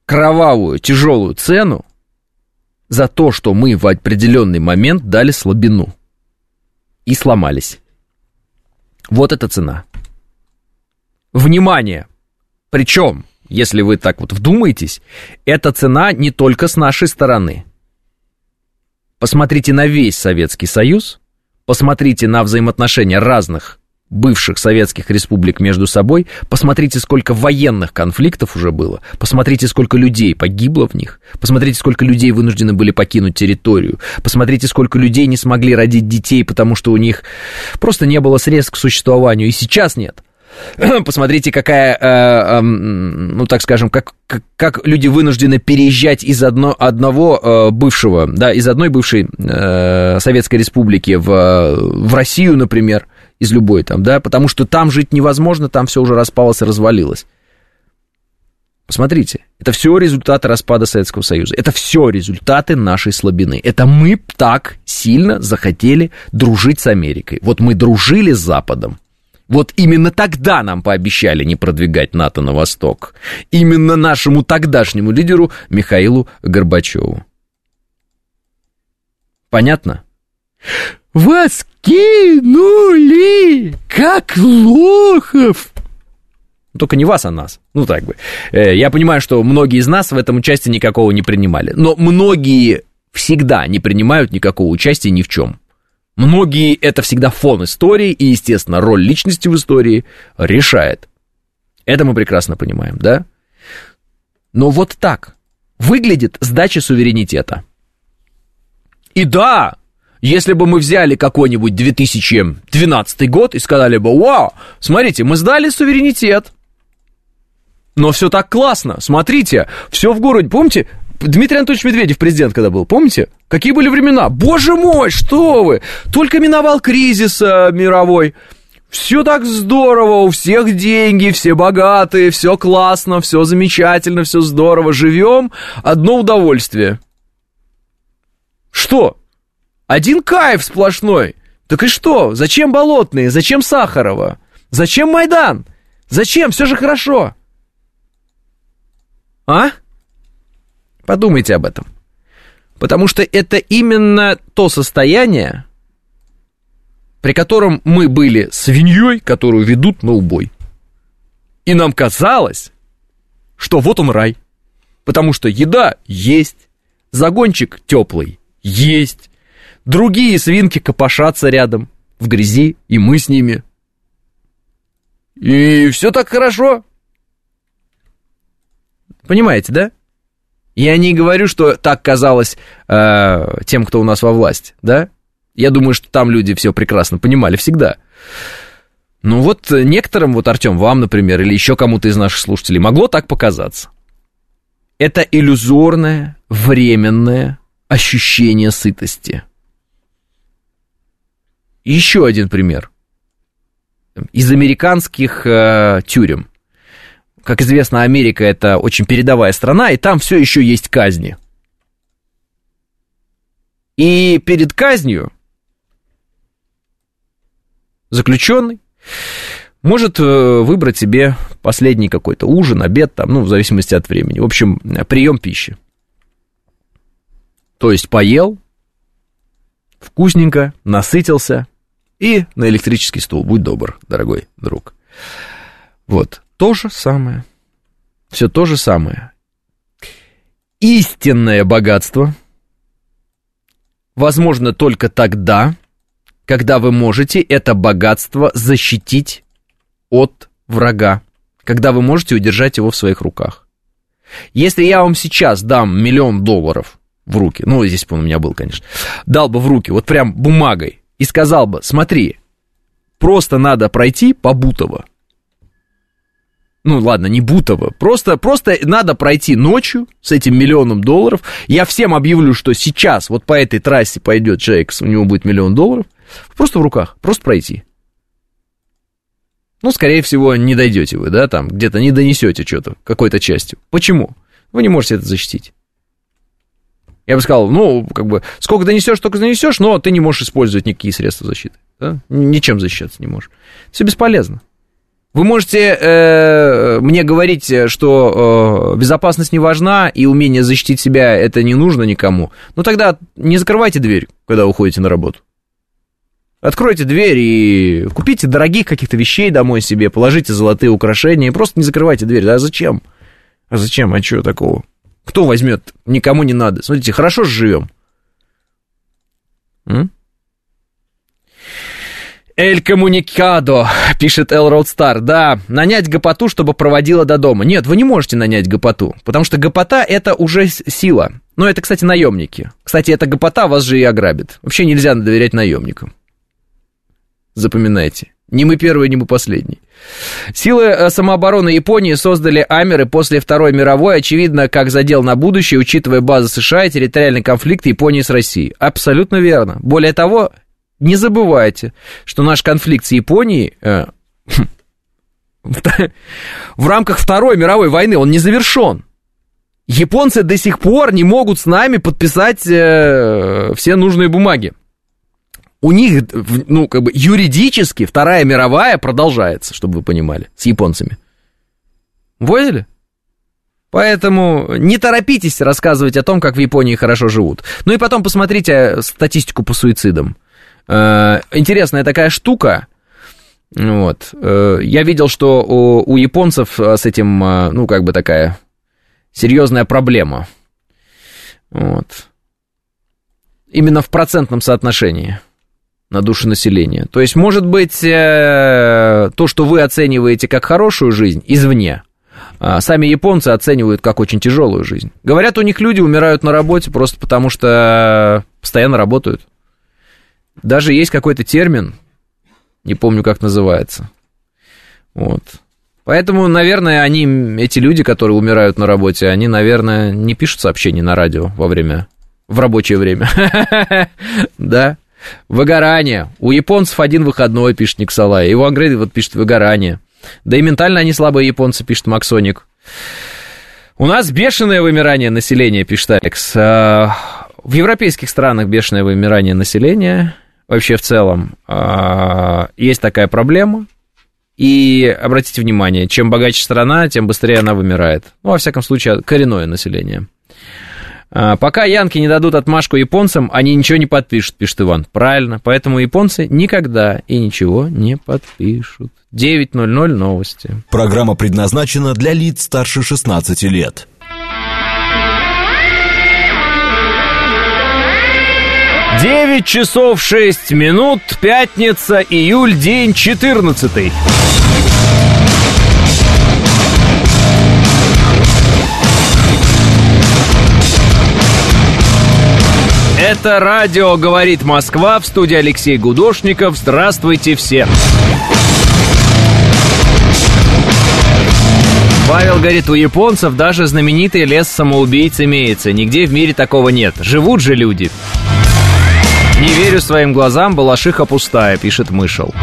кровавую, тяжелую цену за то, что мы в определенный момент дали слабину и сломались. Вот эта цена. Внимание! Причем, если вы так вот вдумаетесь, эта цена не только с нашей стороны. Посмотрите на весь Советский Союз, посмотрите на взаимоотношения разных бывших советских республик между собой, посмотрите, сколько военных конфликтов уже было, посмотрите, сколько людей погибло в них, посмотрите, сколько людей вынуждены были покинуть территорию, посмотрите, сколько людей не смогли родить детей, потому что у них просто не было средств к существованию, и сейчас нет. Посмотрите, какая, э, э, ну, так скажем, как, как, как люди вынуждены переезжать из одно, одного э, бывшего, да, из одной бывшей э, Советской Республики в, в Россию, например, из любой там, да, потому что там жить невозможно, там все уже распалось и развалилось. Посмотрите, это все результаты распада Советского Союза, это все результаты нашей слабины. Это мы так сильно захотели дружить с Америкой. Вот мы дружили с Западом. Вот именно тогда нам пообещали не продвигать НАТО на восток. Именно нашему тогдашнему лидеру Михаилу Горбачеву. Понятно? Вас кинули, как лохов. Только не вас, а нас. Ну, так бы. Я понимаю, что многие из нас в этом участия никакого не принимали. Но многие всегда не принимают никакого участия ни в чем. Многие это всегда фон истории, и, естественно, роль личности в истории решает. Это мы прекрасно понимаем, да? Но вот так выглядит сдача суверенитета. И да, если бы мы взяли какой-нибудь две тысячи двенадцатый год и сказали бы: вау, смотрите, мы сдали суверенитет. Но все так классно, смотрите, все в городе, помните? Дмитрий Анатольевич Медведев президент когда был, помните? Какие были времена? Боже мой, что вы! Только миновал кризис э, мировой. Все так здорово, у всех деньги, все богатые, все классно, все замечательно, все здорово. Живем, одно удовольствие. Что? Один кайф сплошной. Так и что? Зачем Болотные? Зачем Сахарова? Зачем Майдан? Зачем? Все же хорошо. А? Подумайте об этом. Потому что это именно то состояние, при котором мы были свиньей, которую ведут на убой. И нам казалось, что вот он рай. Потому что еда есть, загончик теплый есть, другие свинки копошатся рядом в грязи, и мы с ними. И все так хорошо. Понимаете, да? Я не говорю, что так казалось э, тем, кто у нас во власти, да? Я думаю, что там люди все прекрасно понимали всегда. Ну вот некоторым, вот, Артем, вам, например, или еще кому-то из наших слушателей могло так показаться. Это иллюзорное, временное ощущение сытости. Еще один пример. Из американских э, тюрем. Как известно, Америка — это очень передовая страна, и там все еще есть казни. И перед казнью заключенный может выбрать себе последний какой-то ужин, обед, там, ну, в зависимости от времени. В общем, прием пищи. То есть поел, вкусненько, насытился и на электрический стул. Будь добр, дорогой друг. Вот. То же самое. Все то же самое. Истинное богатство возможно только тогда, когда вы можете это богатство защитить от врага, когда вы можете удержать его в своих руках. Если я вам сейчас дам миллион долларов в руки, ну, здесь бы он у меня был, конечно, дал бы в руки, вот прям бумагой, и сказал бы: смотри, просто надо пройти по Бутово. Ну, ладно, не Бутово. Просто, просто надо пройти ночью с этим миллионом долларов. Я всем объявлю, что сейчас вот по этой трассе пойдет человек, у него будет миллион долларов. Просто в руках, просто пройти. Ну, скорее всего, не дойдете вы, да, там, где-то не донесете что-то, какой-то частью. Почему? Вы не можете это защитить. Я бы сказал, ну, как бы, сколько донесешь, столько донесешь, но ты не можешь использовать никакие средства защиты. Да? Ничем защищаться не можешь. Все бесполезно. Вы можете э, мне говорить, что э, безопасность не важна, и умение защитить себя это не нужно никому. Ну тогда не закрывайте дверь, когда уходите на работу. Откройте дверь и купите дорогих каких-то вещей домой себе, положите золотые украшения, и просто не закрывайте дверь. А зачем? А зачем? А чего такого? Кто возьмет? Никому не надо. Смотрите, хорошо же живем. М? Эль Коммуникадо, пишет Эл Роудстар. Да, нанять гопоту, чтобы проводила до дома. Нет, вы не можете нанять гопоту, потому что гопота — это уже сила. Но это, кстати, наемники. Кстати, эта гопота вас же и ограбит. Вообще нельзя доверять наемникам. Запоминайте. Не мы первые, не мы последние. Силы самообороны Японии создали Амеры после Второй мировой, очевидно, как задел на будущее, учитывая базы США и территориальный конфликт Японии с Россией. Абсолютно верно. Более того, не забывайте, что наш конфликт с Японией э, в рамках Второй мировой войны, он не завершен. Японцы до сих пор не могут с нами подписать э, все нужные бумаги. У них, ну, как бы юридически Вторая мировая продолжается, чтобы вы понимали, с японцами. Поняли? Поэтому не торопитесь рассказывать о том, как в Японии хорошо живут. Ну и потом посмотрите статистику по суицидам. Интересная такая штука. Вот. Я видел, что у, у японцев с этим, ну, как бы такая серьезная проблема. Вот. Именно в процентном соотношении на душу населения. То есть, может быть, то, что вы оцениваете как хорошую жизнь, извне, сами японцы оценивают как очень тяжелую жизнь. Говорят, у них люди умирают на работе просто потому, что постоянно работают. Даже есть какой-то термин, не помню, как называется. Вот. Поэтому, наверное, они, эти люди, которые умирают на работе, они, наверное, не пишут сообщения на радио во время, в рабочее время. Да. Выгорание. У японцев один выходной, пишет Никсалай. Его Ангрейд вот пишет выгорание. Да и ментально они слабые японцы, пишет Максоник. У нас бешеное вымирание населения, пишет Алекс. В европейских странах бешеное вымирание населения. Вообще в целом есть такая проблема. И обратите внимание, чем богаче страна, тем быстрее она вымирает. Ну, во всяком случае, коренное население. Пока янки не дадут отмашку японцам, они ничего не подпишут, пишет Иван. Правильно, поэтому японцы никогда и ничего не подпишут. девять ноль ноль новости. Программа предназначена для лиц старше шестнадцати лет. девять часов шесть минут, пятница, июль, день четырнадцатый. Это радио «Говорит Москва», в студии Алексей Гудошников. Здравствуйте все. Павел говорит, у японцев даже знаменитый лес самоубийц имеется. Нигде в мире такого нет. Живут же люди. Не верю своим глазам, Балашиха пустая, пишет Мышел.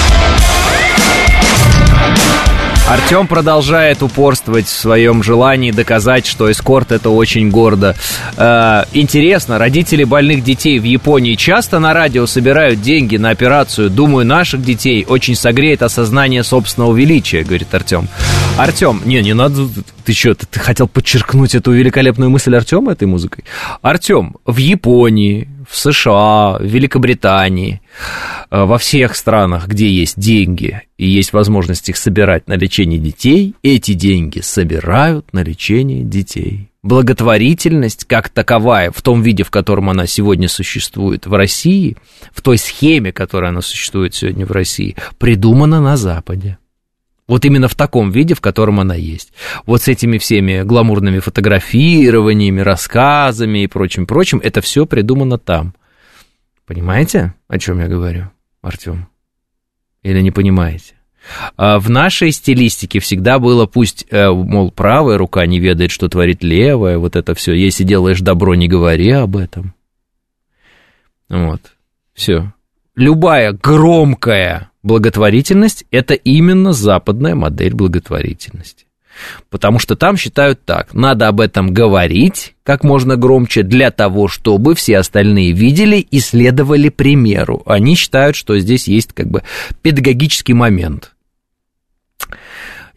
Артем продолжает упорствовать в своем желании доказать, что эскорт — это очень гордо. Э, интересно, родители больных детей в Японии часто на радио собирают деньги на операцию. Думаю, наших детей очень согреет осознание собственного величия, говорит Артем. Артем, не, не надо, ты что, ты, ты хотел подчеркнуть эту великолепную мысль Артема этой музыкой? Артем, в Японии, в США, в Великобритании, во всех странах, где есть деньги и есть возможность их собирать на лечение детей, эти деньги собирают на лечение детей. Благотворительность как таковая, в том виде, в котором она сегодня существует в России, в той схеме, которая она существует сегодня в России, придумана на Западе. Вот именно в таком виде, в котором она есть. Вот с этими всеми гламурными фотографированиями, рассказами и прочим-прочим, это все придумано там. Понимаете, о чем я говорю, Артем? Или не понимаете? А в нашей стилистике всегда было, пусть, мол, правая рука не ведает, что творит левая, вот это все. Если делаешь добро, не говори об этом. Вот, все. Любая громкая благотворительность – это именно западная модель благотворительности. Потому что там считают так, надо об этом говорить как можно громче для того, чтобы все остальные видели и следовали примеру. Они считают, что здесь есть как бы педагогический момент.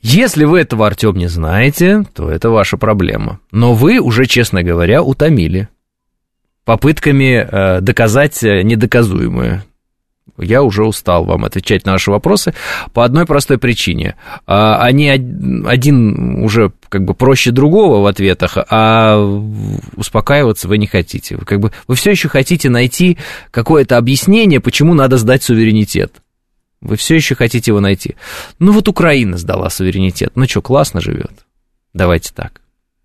Если вы этого, Артем, не знаете, то это ваша проблема. Но вы уже, честно говоря, утомили попытками э, доказать недоказуемое. Я уже устал вам отвечать на ваши вопросы по одной простой причине. Они один уже как бы проще другого в ответах, а успокаиваться вы не хотите. Вы, как бы, вы все еще хотите найти какое-то объяснение, почему надо сдать суверенитет. Вы все еще хотите его найти. Ну вот Украина сдала суверенитет. Ну что, классно живет. Давайте так.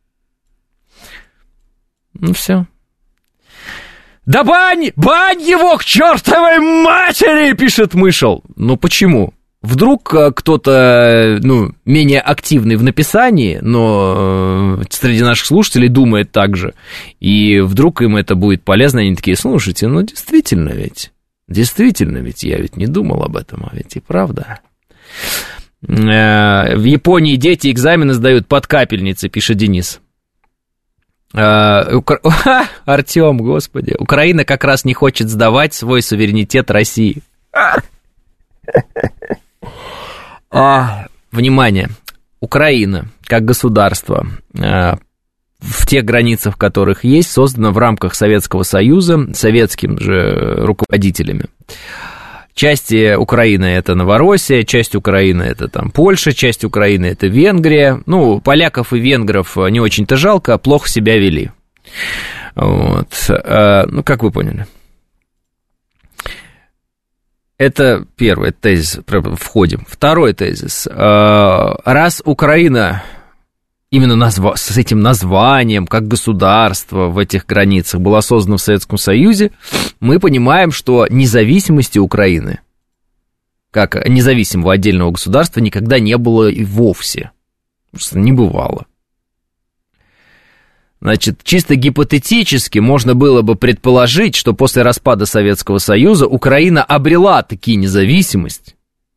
Ну все. «Да бань! Бань его к чертовой матери!» пишет Мышел. Ну почему? Вдруг кто-то, ну, менее активный в написании, но среди наших слушателей думает так же, и вдруг им это будет полезно, они такие: слушайте, ну действительно ведь, действительно ведь, я ведь не думал об этом, а ведь и правда. В Японии дети экзамены сдают под капельницы, пишет Денис. Укра... Артем, господи, Украина как раз не хочет сдавать свой суверенитет России. А, внимание, Украина как государство в тех границах, в которых есть, создана в рамках Советского Союза советскими же руководителями. Части Украины – это Новороссия, часть Украины – это там Польша, часть Украины – это Венгрия. Ну, поляков и венгров не очень-то жалко, а плохо себя вели. Вот. Ну, как вы поняли. Это первый тезис, входим. Второй тезис. Раз Украина именно назва, с этим названием, как государство в этих границах была создана в Советском Союзе, мы понимаем, что независимости Украины, как независимого отдельного государства, никогда не было и вовсе. Просто не бывало. Значит, чисто гипотетически можно было бы предположить, что после распада Советского Союза Украина обрела таки независимость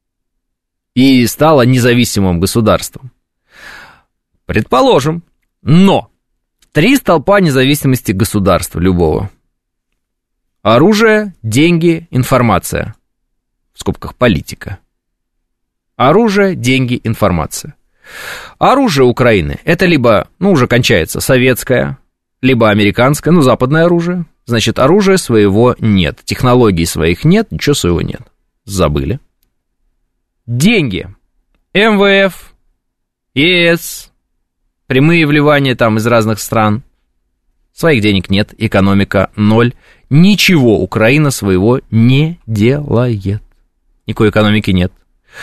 и стала независимым государством. Предположим, но три столпа независимости государства любого. Оружие, деньги, информация. В скобках политика. Оружие, деньги, информация. Оружие Украины – это либо, ну, уже кончается, советское, либо американское, ну, западное оружие. Значит, оружия своего нет, технологий своих нет, ничего своего нет. Забыли. Деньги. эм вэ эф, ЕС, прямые вливания там из разных стран. Своих денег нет, экономика ноль. Ничего Украина своего не делает. Никакой экономики нет.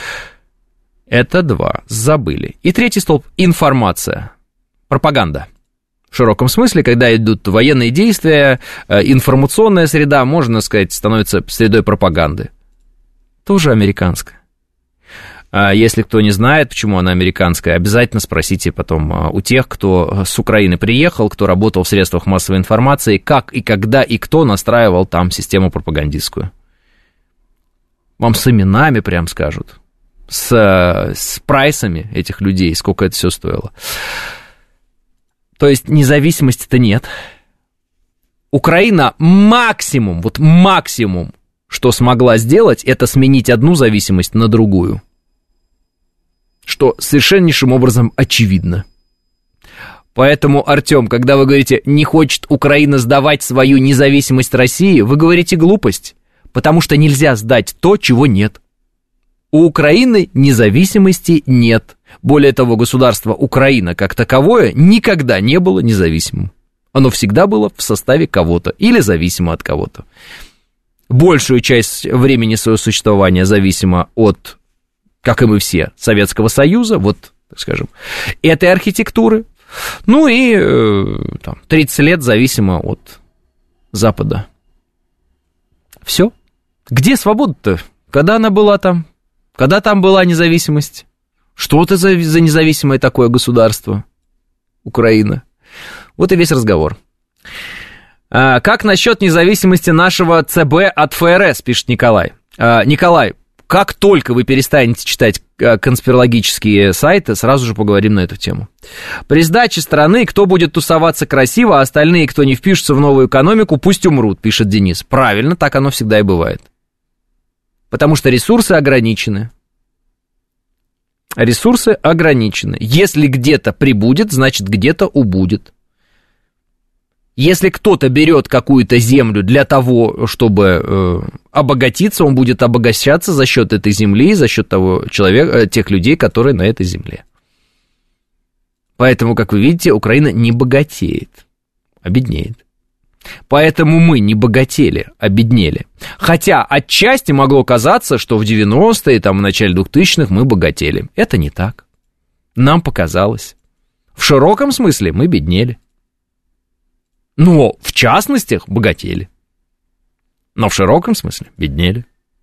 Это два. Забыли. И третий столб – информация. Пропаганда. В широком смысле, когда идут военные действия, информационная среда, можно сказать, становится средой пропаганды. Тоже американская. Если кто не знает, почему она американская, обязательно спросите потом у тех, кто с Украины приехал, кто работал в средствах массовой информации, как и когда и кто настраивал там систему пропагандистскую. Вам с именами прям скажут, с, с прайсами этих людей, сколько это все стоило. То есть независимости-то нет. Украина максимум, вот максимум, что смогла сделать, это сменить одну зависимость на другую. Что совершеннейшим образом очевидно. Поэтому, Артем, когда вы говорите, не хочет Украина сдавать свою независимость России, вы говорите глупость, потому что нельзя сдать то, чего нет. У Украины независимости нет. Более того, государство Украина как таковое никогда не было независимым. Оно всегда было в составе кого-то или зависимо от кого-то. Большую часть времени своего существования зависимо от, как и мы все, Советского Союза, вот, так скажем, этой архитектуры. Ну и там, тридцать лет зависимо от Запада. Все. Где свобода-то? Когда она была там? Когда там была независимость? Что это за, за независимое такое государство? Украина. Вот и весь разговор. А, как насчет независимости нашего ЦБ от ФРС, пишет Николай. А, Николай, как только вы перестанете читать конспирологические сайты, сразу же поговорим на эту тему. При сдаче страны, кто будет тусоваться красиво, а остальные, кто не впишется в новую экономику, пусть умрут, пишет Денис. Правильно, так оно всегда и бывает. Потому что ресурсы ограничены. Ресурсы ограничены. Если где-то прибудет, значит где-то убудет. Если кто-то берет какую-то землю для того, чтобы э, обогатиться, он будет обогащаться за счет этой земли, за счет того человека, тех людей, которые на этой земле. Поэтому, как вы видите, Украина не богатеет, а беднеет. Поэтому мы не богатели, а беднели. Хотя отчасти могло казаться, что в девяностые, там, в начале двухтысячных мы богатели. Это не так. Нам показалось. В широком смысле мы беднели. Но в частностях богатели. Но в широком смысле беднели.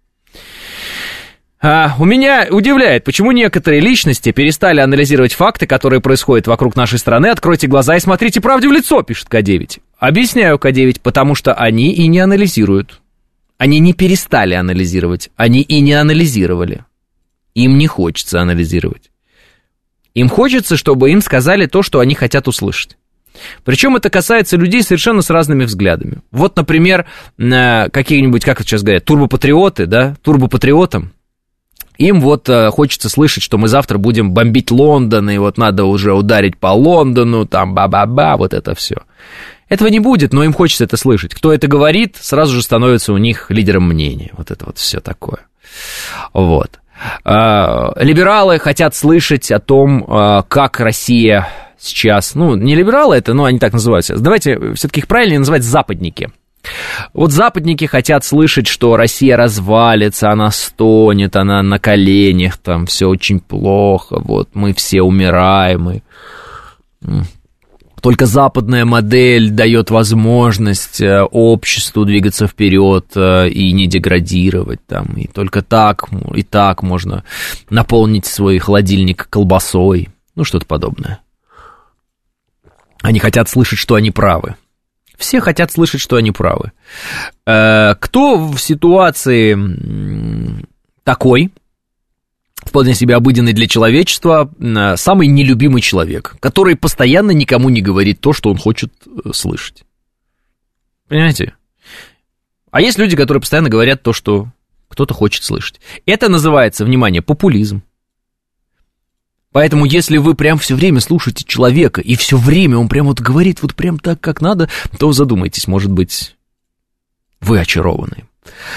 А, у меня удивляет, почему некоторые личности перестали анализировать факты, которые происходят вокруг нашей страны. Откройте глаза и смотрите правде в лицо, пишет Ка девять. Объясняю, Ка девять, потому что они и не анализируют. Они не перестали анализировать, они и не анализировали. Им не хочется анализировать. Им хочется, чтобы им сказали то, что они хотят услышать. Причем это касается людей совершенно с разными взглядами. Вот, например, какие-нибудь, как это сейчас говорят, турбопатриоты, да, турбопатриотам. Им вот хочется слышать, что мы завтра будем бомбить Лондон, и вот надо уже ударить по Лондону, там ба-ба-ба, вот это все. Этого не будет, но им хочется это слышать. Кто это говорит, сразу же становится у них лидером мнения. Вот это вот все такое. Вот. Либералы хотят слышать о том, как Россия сейчас... Ну, не либералы это, но они так называются. Давайте все-таки их правильнее называть западники. Вот западники хотят слышать, что Россия развалится, она стонет, она на коленях, там все очень плохо, вот мы все умираем, и... Только западная модель дает возможность обществу двигаться вперед и не деградировать там, и только так, и так можно наполнить свой холодильник колбасой, ну что-то подобное. Они хотят слышать, что они правы. Все хотят слышать, что они правы. Кто в ситуации такой, вполне себе обыденный для человечества, самый нелюбимый человек, который постоянно никому не говорит то, что он хочет слышать? Понимаете? А есть люди, которые постоянно говорят то, что кто-то хочет слышать. Это называется, внимание, популизм. Поэтому, если вы прям все время слушаете человека, и все время он прям вот говорит вот прям так, как надо, то задумайтесь, может быть, вы очарованы.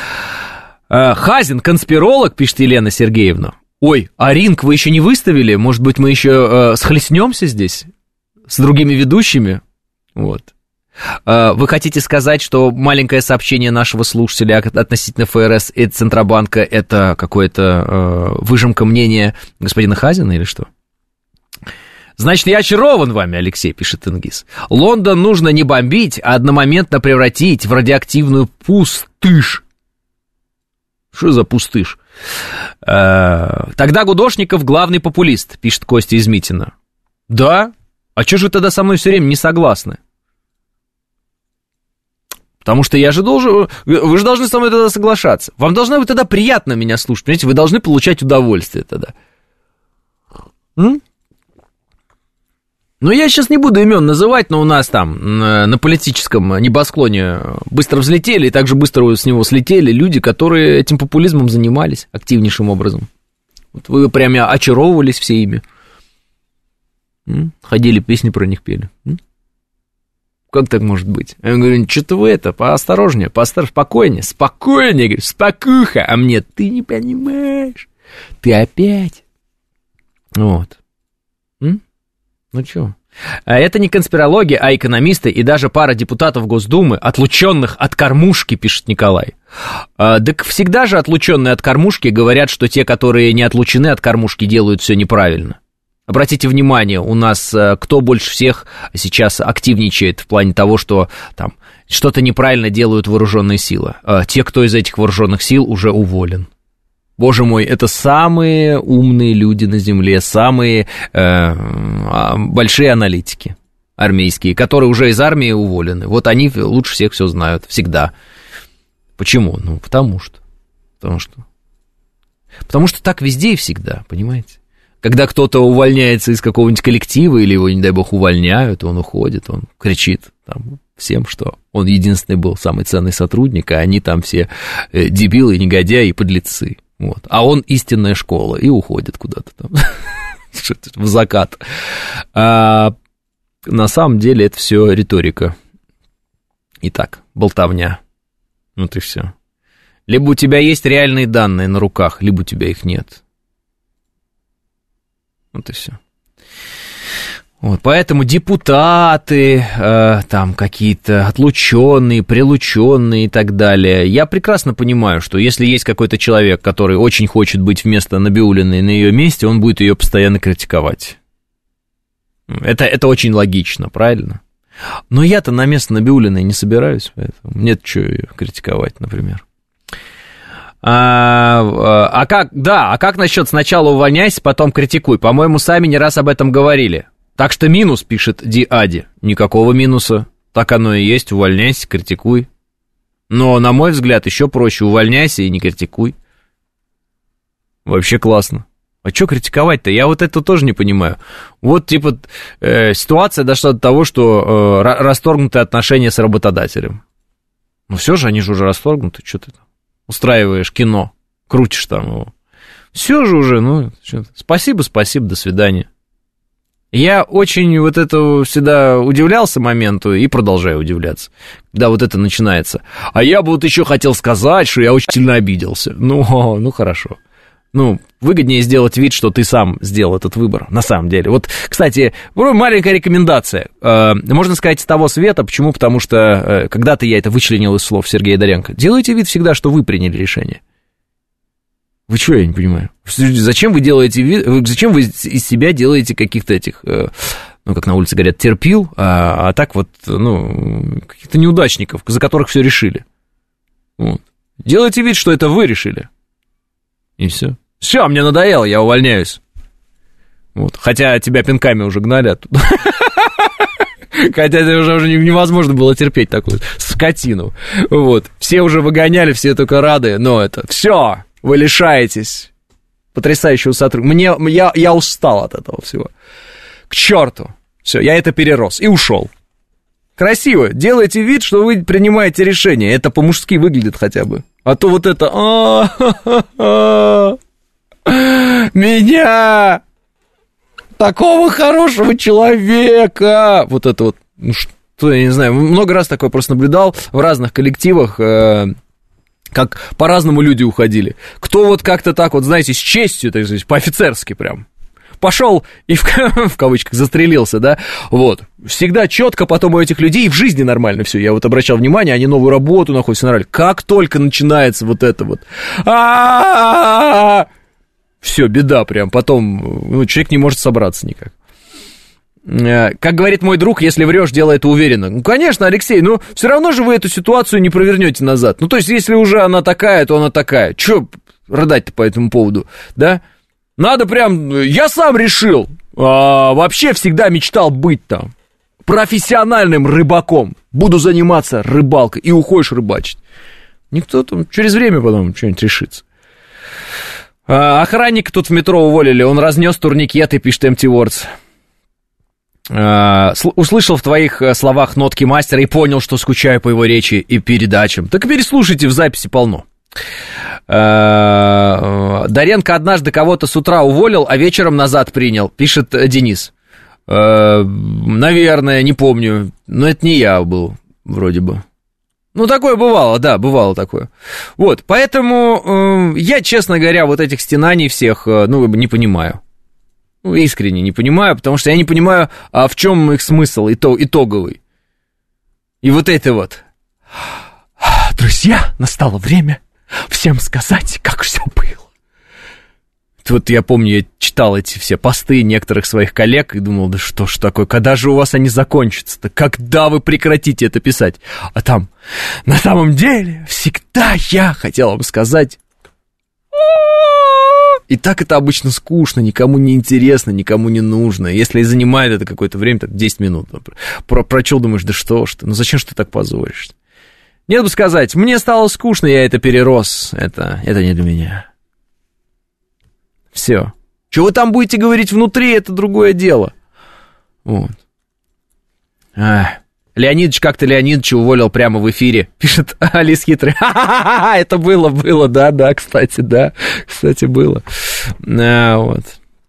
Хазин, конспиролог, пишет Елена Сергеевна. Ой, а ринг вы еще не выставили? Может быть, мы еще э, схлестнемся здесь с другими ведущими? Вот. Э, вы хотите сказать, что маленькое сообщение нашего слушателя относительно эф эр эс и Центробанка — это какое-то э, выжимка мнения господина Хазина или что? Значит, я очарован вами, Алексей, пишет Тенгиз. Лондон нужно не бомбить, а одномоментно превратить в радиоактивную пустышь. Что за пустышь? Тогда Гудошников главный популист, пишет Костя из Митина. Да? А что же вы тогда со мной все время не согласны? Потому что я же должен... Вы же должны со мной тогда соглашаться. Вам должно быть тогда приятно меня слушать. Понимаете, вы должны получать удовольствие тогда. М? Ну, я сейчас не буду имен называть, но у нас там на политическом небосклоне быстро взлетели и также быстро с него слетели люди, которые этим популизмом занимались активнейшим образом. Вот вы прямо очаровывались все ими. М? Ходили, песни про них пели. М? Как так может быть? Я говорю, что-то вы это, поосторожнее, поосторожнее, спокойнее, спокойнее, говорю, спокуха, а мне ты не понимаешь, ты опять. Вот. М? Ну чё? Это не конспирология, а экономисты и даже пара депутатов Госдумы, отлученных от кормушки, пишет Николай. А, так всегда же отлученные от кормушки говорят, что те, которые не отлучены от кормушки, делают все неправильно. Обратите внимание, у нас кто больше всех сейчас активничает в плане того, что там что-то неправильно делают вооруженные силы. А, те, кто из этих вооруженных сил уже уволен. Боже мой, это самые умные люди на земле, самые э, большие аналитики армейские, которые уже из армии уволены. Вот они лучше всех все знают, всегда. Почему? Ну, потому что. Потому что. Потому что так везде и всегда, понимаете? Когда кто-то увольняется из какого-нибудь коллектива, или его, не дай бог, увольняют, он уходит, он кричит там всем, что он единственный был самый ценный сотрудник, а они там все дебилы, негодяи и подлецы. Вот. А он истинная школа и уходит куда-то там в закат. А на самом деле это все риторика. Итак, болтовня. Вот и все. Либо у тебя есть реальные данные на руках, либо у тебя их нет. Вот и все. Вот, поэтому депутаты, э, там какие-то отлученные, прилученные и так далее. Я прекрасно понимаю, что если есть какой-то человек, который очень хочет быть вместо Набиуллиной на ее месте, он будет ее постоянно критиковать. Это, это очень логично, правильно? Но я-то на место Набиуллиной не собираюсь, поэтому нет что ее критиковать, например. А, а как, да, а как насчет сначала увольняйся, потом критикуй? По-моему, сами не раз об этом говорили. Так что минус, пишет Ди Ади. Никакого минуса. Так оно и есть, увольняйся, критикуй. Но, на мой взгляд, еще проще: увольняйся и не критикуй. Вообще классно. А что критиковать-то? Я вот это тоже не понимаю. Вот, типа, э, ситуация дошла до того, что э, расторгнуты отношения с работодателем. Ну все же, они же уже расторгнуты. Что ты там устраиваешь кино, крутишь там его. Все же уже, ну, что-то. Спасибо, спасибо, до свидания. Я очень вот это всегда удивлялся моменту и продолжаю удивляться, когда вот это начинается. А я бы вот еще хотел сказать, что я очень сильно обиделся. Ну, ну хорошо. Ну, выгоднее сделать вид, что ты сам сделал этот выбор, на самом деле. Вот, кстати, маленькая рекомендация. Можно сказать, с того света. Почему? Потому что когда-то я это вычленил из слов Сергея Доренко. Делайте вид всегда, что вы приняли решение. Вы что, я не понимаю? Зачем вы делаете вид, зачем вы из себя делаете каких-то этих, ну, как на улице говорят, терпил, а, а так вот, ну, каких-то неудачников, за которых все решили. Вот. Делайте вид, что это вы решили. И все. Все, мне надоело, я увольняюсь. Вот. Хотя тебя пинками уже гнали оттуда. Хотя это уже, уже невозможно было терпеть такую скотину. Вот. Все уже выгоняли, все только рады, но это все. Вы лишаетесь потрясающего сотрудника. Мне, я, я устал от этого всего. К черту. Все, я это перерос и ушел. Красиво. Делайте вид, что вы принимаете решение. Это по-мужски выглядит хотя бы. А то вот это... Меня! Такого хорошего человека! Вот это вот... Ну что, я не знаю. Много раз такое просто наблюдал в разных коллективах... Как по-разному люди уходили. Кто вот как-то так вот, знаете, с честью, так сказать, по-офицерски прям. Пошел и в, в кавычках застрелился, да, вот. Всегда четко потом у этих людей в жизни нормально все. Я вот обращал внимание, они новую работу находят, все нормально. Как только начинается вот это вот, все, беда прям. Потом ну, человек не может собраться никак. Как говорит мой друг, если врешь, делай это уверенно. Ну, конечно, Алексей, но все равно же вы эту ситуацию не провернете назад. Ну, то есть, если уже она такая, то она такая. Че рыдать-то по этому поводу, да? Надо прям... Я сам решил. А, вообще всегда мечтал быть там профессиональным рыбаком. Буду заниматься рыбалкой. И уходишь рыбачить. Никто там через время потом что-нибудь решится. А, охранника тут в метро уволили. Он разнес турникеты, пишет Empty Words. Uh, услышал в твоих словах нотки мастера и понял, что скучаю по его речи и передачам. Так переслушайте, в записи полно. Uh, Доренко однажды кого-то с утра уволил, а вечером назад принял, пишет Денис. Uh, наверное, не помню, но это не я был, вроде бы. Ну, такое бывало, да, бывало такое. Вот, поэтому uh, я, честно говоря, вот этих стенаний всех, uh, ну, не понимаю. Ну, искренне не понимаю, потому что я не понимаю, а в чем их смысл итог, итоговый. И вот это вот. Друзья, настало время всем сказать, как все было. Вот я помню, я читал эти все посты некоторых своих коллег и думал, да что ж такое, когда же у вас они закончатся-то? Когда вы прекратите это писать? А там, на самом деле, всегда я хотел вам сказать... И так это обычно скучно, никому не интересно, никому не нужно. Если и занимает это какое-то время, так десять минут. Про прочел, думаешь, да что ж ты, ну зачем ж ты так позоришься? Нет бы сказать, мне стало скучно, я это перерос, это, это не для меня. Все. Что вы там будете говорить внутри, это другое дело. Вот. А, Леонидович как-то Леонидовича уволил прямо в эфире. Пишет Алис Хитрый. Ха-ха-ха, это было, было, да, да, кстати, да. Кстати, было. А, вот.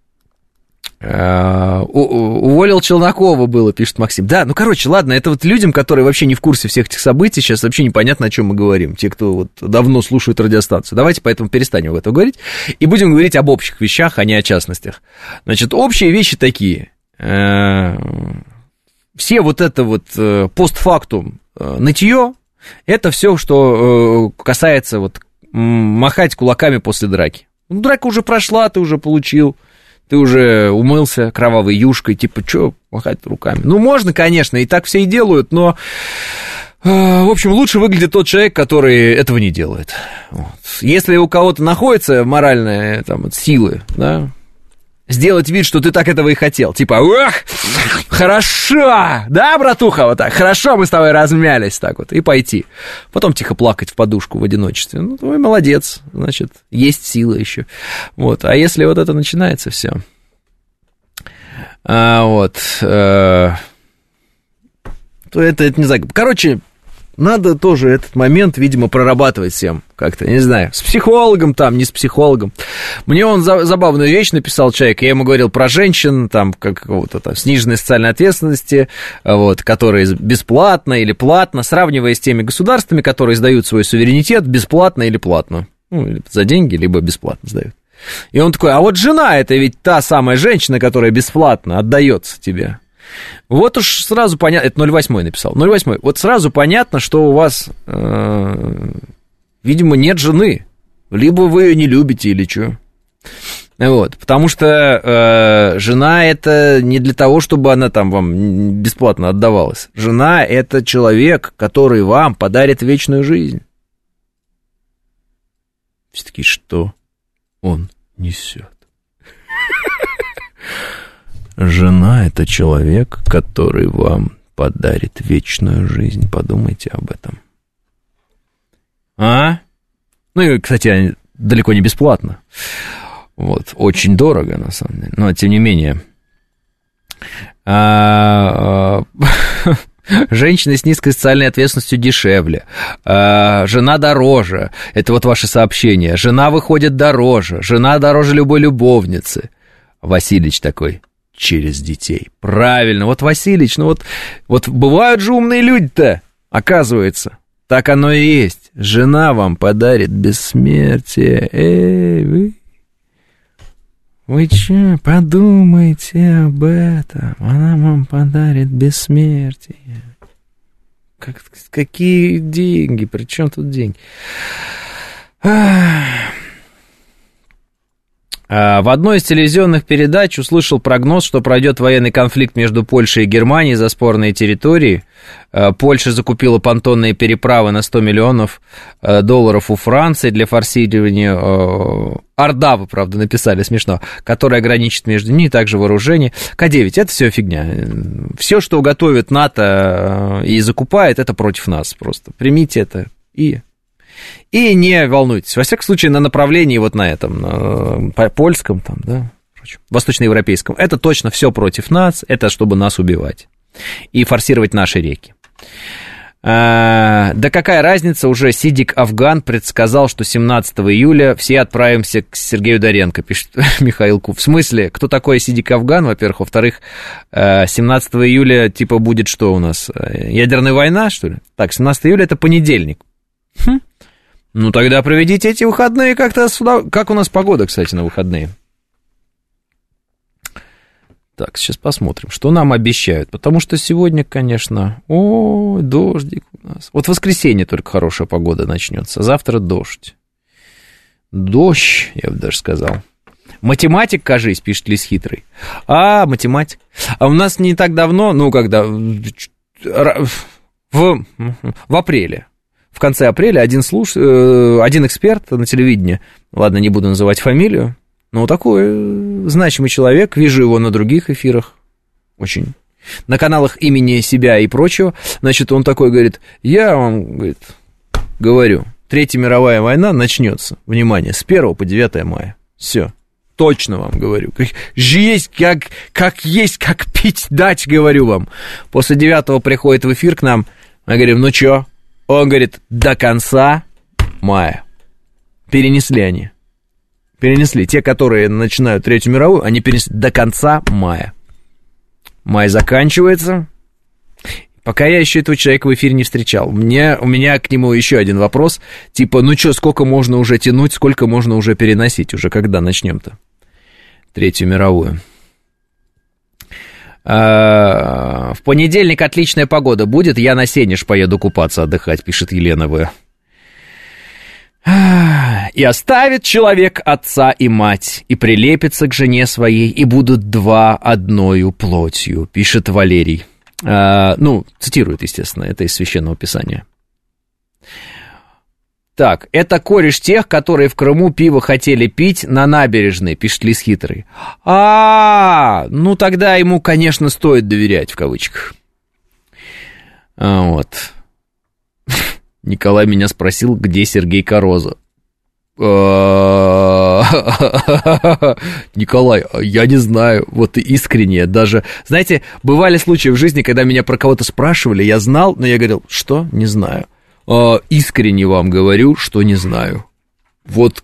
Uh, уволил Челнокова было, пишет Максим. Да, ну, короче, ладно, это вот людям, которые вообще не в курсе всех этих событий, сейчас вообще непонятно, о чем мы говорим, те, кто вот давно слушают радиостанцию. Давайте поэтому перестанем об этом говорить и будем говорить об общих вещах, а не о частностях. Значит, общие вещи такие. Uh, все вот это вот uh, постфактум uh, нытье, это все, что uh, касается вот махать кулаками после драки. Ну, драка уже прошла, ты уже получил. Ты уже умылся кровавой юшкой, типа, что махать руками? Ну, можно, конечно, и так все и делают, но, э, в общем, лучше выглядит тот человек, который этого не делает. Вот. Если у кого-то находятся моральные там, силы, да, сделать вид, что ты так этого и хотел, типа, эх, хорошо, да, братуха, вот так, хорошо, мы с тобой размялись, так вот, и пойти. Потом тихо плакать в подушку в одиночестве. Ну, твой молодец, значит, есть сила еще. Вот, а если вот это начинается все, а, вот, а, то это, это не знаю, короче, надо тоже этот момент, видимо, прорабатывать всем как-то, не знаю, с психологом там, не с психологом. Мне он за, забавную вещь написал человек, я ему говорил про женщин, там, какого-то там сниженной социальной ответственности, вот, которые бесплатно или платно, сравнивая с теми государствами, которые сдают свой суверенитет бесплатно или платно, ну, или за деньги, либо бесплатно сдают. И он такой, а вот жена, это ведь та самая женщина, которая бесплатно отдается тебе. Вот уж сразу понятно, это ноль восемь написал, ноль восемь, вот сразу понятно, что у вас, э, видимо, нет жены, либо вы ее не любите или что. Вот, потому что э, жена это не для того, чтобы она там вам бесплатно отдавалась. Жена это человек, который вам подарит вечную жизнь. Все-таки что он несет? Жена – это человек, который вам подарит вечную жизнь. Подумайте об этом. А? Ну и, кстати, далеко не бесплатно. Вот, очень дорого, на самом деле. Но, тем не менее. А, а, женщины с низкой социальной ответственностью дешевле. А, жена дороже. Это вот ваши сообщения. Жена выходит дороже. Жена дороже любой любовницы. Василич такой. Через детей. Правильно. Вот, Василич, ну вот, вот бывают же умные люди-то, оказывается. Так оно и есть. Жена вам подарит бессмертие. Эй, вы... Вы че, подумайте об этом. Она вам подарит бессмертие. Как, какие деньги? При чем тут деньги? Ах... В одной из телевизионных передач услышал прогноз, что пройдет военный конфликт между Польшей и Германией за спорные территории. Польша закупила понтонные переправы на сто миллионов долларов у Франции для форсирования Ордавы, правда, написали, смешно, которая граничит между ними, также вооружение. Ка девять, это все фигня. Все, что готовит НАТО и закупает, это против нас просто. Примите это и... И не волнуйтесь, во всяком случае, на направлении вот на этом, на польском, там, да, восточноевропейском, это точно все против нас, это чтобы нас убивать и форсировать наши реки. А, да какая разница, уже Сидик Афган предсказал, что семнадцатого июля все отправимся к Сергею Доренко, пишет Михаил Куб. В смысле, кто такой Сидик Афган, во-первых, во-вторых, семнадцатого июля, типа, будет что у нас, ядерная война, что ли? Так, семнадцатого июля это понедельник. Хм. Ну, тогда проведите эти выходные как-то сюда. Как у нас погода, кстати, на выходные? Так, сейчас посмотрим, что нам обещают. Потому что сегодня, конечно, ой, дождик у нас. Вот в воскресенье только хорошая погода начнется. Завтра дождь. Дождь, я бы даже сказал. Математик, кажись, пишет Лис Хитрый. А, математик. А у нас не так давно, ну, когда... В, в апреле. В конце апреля один, слуш... один эксперт на телевидении, ладно, не буду называть фамилию, но такой значимый человек, вижу его на других эфирах, очень, на каналах имени себя и прочего, значит, он такой говорит, я вам, говорит, говорю, Третья мировая война начнется, внимание, с первого по девятое мая, все, точно вам говорю. Есть, как, как есть, как пить дать, говорю вам. После девятого приходит в эфир к нам, мы говорим, ну чё? Он говорит, до конца мая. Перенесли они. Перенесли. Те, которые начинают Третью мировую, они перенесли до конца мая. Май заканчивается. Пока я еще этого человека в эфире не встречал. Мне, у меня к нему еще один вопрос. Типа, ну что, сколько можно уже тянуть, сколько можно уже переносить? Уже когда начнем-то? Третью мировую. А, в понедельник отличная погода будет. Я на Сенеж поеду купаться, отдыхать, пишет Елена В. И оставит человек отца и мать, и прилепится к жене своей, и будут два одною плотью, пишет Валерий. А, ну, цитирует, естественно, это из Священного Писания. Так, это кореш тех, которые в Крыму пиво хотели пить на набережной, пишет Лис Хитрый. А, ну тогда ему, конечно, стоит доверять, в кавычках. А, вот. Николай меня спросил, где Сергей Короза. Николай, я не знаю, вот искренне даже... Знаете, бывали случаи в жизни, когда меня про кого-то спрашивали, я знал, но я говорил, что? Не знаю. Искренне вам говорю, что не знаю. Вот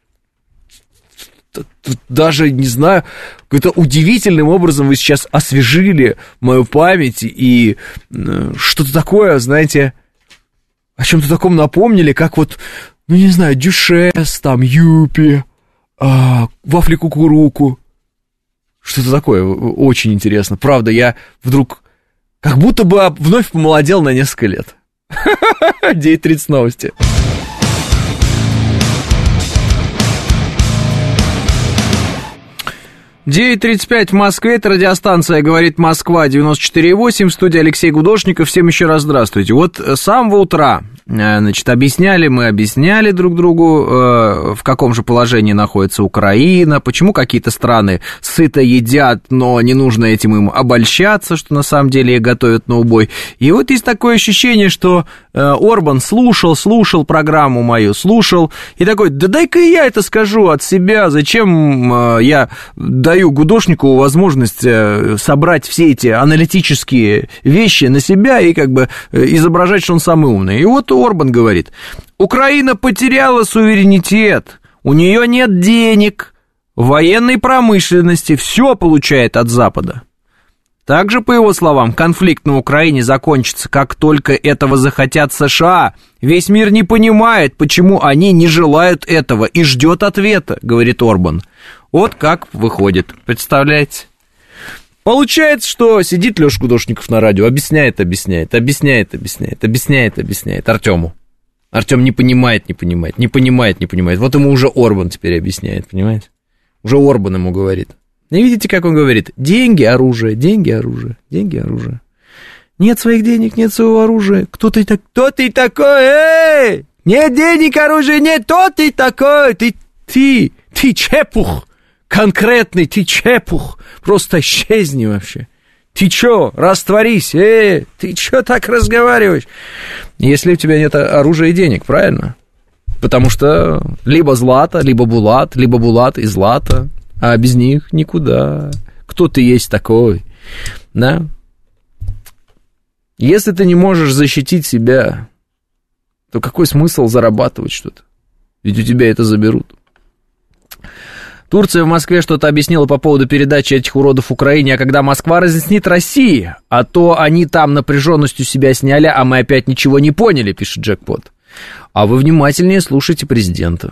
даже не знаю, каким-то удивительным образом вы сейчас освежили мою память и что-то такое, знаете, о чем-то таком напомнили, как вот... Ну, не знаю, Дюшес, там, Юпи, а, вафли Кукуруку. Что-то такое очень интересно. Правда, я вдруг как будто бы вновь помолодел на несколько лет. девять тридцать новости. девять тридцать пять в Москве, это радиостанция «Говорит Москва», девяносто четыре и восемь, в студии Алексей Гудошников. Всем еще раз здравствуйте. Вот с самого утра, значит, объясняли мы, объясняли друг другу, в каком же положении находится Украина, почему какие-то страны сыто едят, но не нужно этим им обольщаться, что на самом деле их готовят на убой. И вот есть такое ощущение, что Орбан слушал, слушал программу мою, слушал, и такой, да дай-ка я это скажу от себя, зачем я даю Гудошникову возможность собрать все эти аналитические вещи на себя и как бы изображать, что он самый умный. И вот Орбан говорит, Украина потеряла суверенитет, у нее нет денег, военной промышленности, все получает от Запада. Также, по его словам, конфликт на Украине закончится, как только этого захотят США. Весь мир не понимает, почему они не желают этого и ждет ответа, говорит Орбан. Вот как выходит, представляете? Получается, что сидит Лёша Гудошников на радио, объясняет, объясняет, объясняет, объясняет, объясняет, объясняет Артёму. Артём не понимает, не понимает, не понимает, не понимает. Вот ему уже Орбан теперь объясняет, понимаете? Уже Орбан ему говорит. И видите, как он говорит? Деньги, оружие, деньги, оружие, деньги, оружие. Нет своих денег, нет своего оружия. Кто ты, так... Кто ты такой? Эй! Нет денег, оружия нет. Кто ты такой? Ты, ты, ты чепух. Конкретный ты чепух. Просто исчезни вообще. Ты чё? Растворись. Эй, ты чё так разговариваешь? Если у тебя нет оружия и денег, правильно? Потому что либо Злата, либо Булат, либо Булат и Злата. А без них никуда. Кто ты есть такой? Да? Если ты не можешь защитить себя, то какой смысл зарабатывать что-то? Ведь у тебя это заберут. Турция в Москве что-то объяснила по поводу передачи этих уродов Украине, а когда Москва разъяснит России, а то они там напряженностью себя сняли, а мы опять ничего не поняли, пишет Джекпот. А вы внимательнее слушайте президента.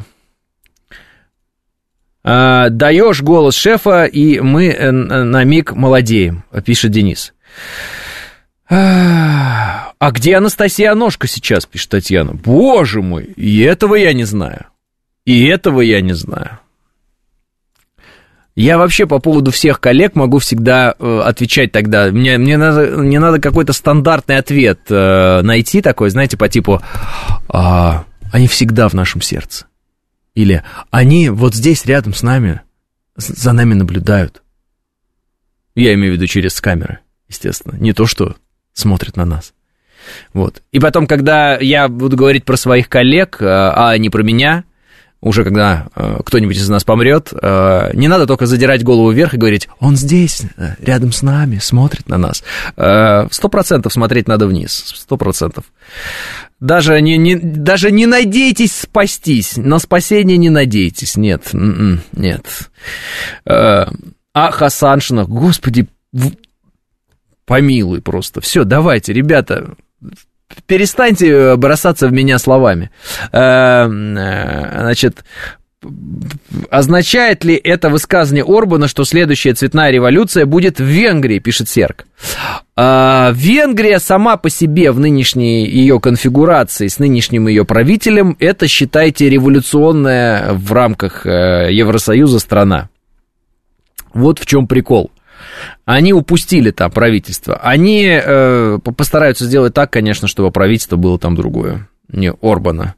А, даешь голос шефа, и мы на миг молодеем, пишет Денис. А, а где Анастасия Ножка сейчас, пишет Татьяна. Боже мой, и этого я не знаю. И этого я не знаю. Я вообще по поводу всех коллег могу всегда э, отвечать тогда. Мне, мне, надо, мне надо какой-то стандартный ответ э, найти такой, знаете, по типу а, «Они всегда в нашем сердце». Или «Они вот здесь рядом с нами, за нами наблюдают». Я имею в виду через камеры, естественно. Не то, что смотрят на нас. Вот. И потом, когда я буду говорить про своих коллег, а не про меня, уже когда э, кто-нибудь из нас помрет, э, не надо только задирать голову вверх и говорить: он здесь, рядом с нами, смотрит на нас. Сто процентов смотреть надо вниз, сто процентов. Даже не, не, даже не надейтесь спастись, на спасение не надейтесь, нет, нет. Э, а Хасаншина, господи, помилуй просто. Все, давайте, ребята... Перестаньте бросаться в меня словами. Значит, означает ли это высказывание Орбана, что следующая цветная революция будет в Венгрии, пишет Серк. Венгрия сама по себе в нынешней ее конфигурации с нынешним ее правителем, это, считайте, революционная в рамках Евросоюза страна. Вот в чем прикол. Они упустили там правительство. Они э, постараются сделать так, конечно, чтобы правительство было там другое, не Орбана.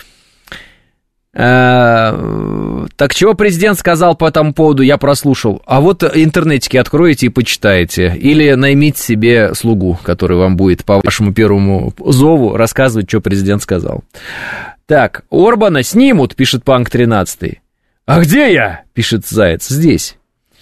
Э, так чего президент сказал по этому поводу, я прослушал. А вот интернетики откроете и почитаете. Или наймите себе слугу, который вам будет по вашему первому зову рассказывать, что президент сказал. Так, Орбана снимут, пишет Панк тринадцатый. А где я? Пишет Заяц. Здесь.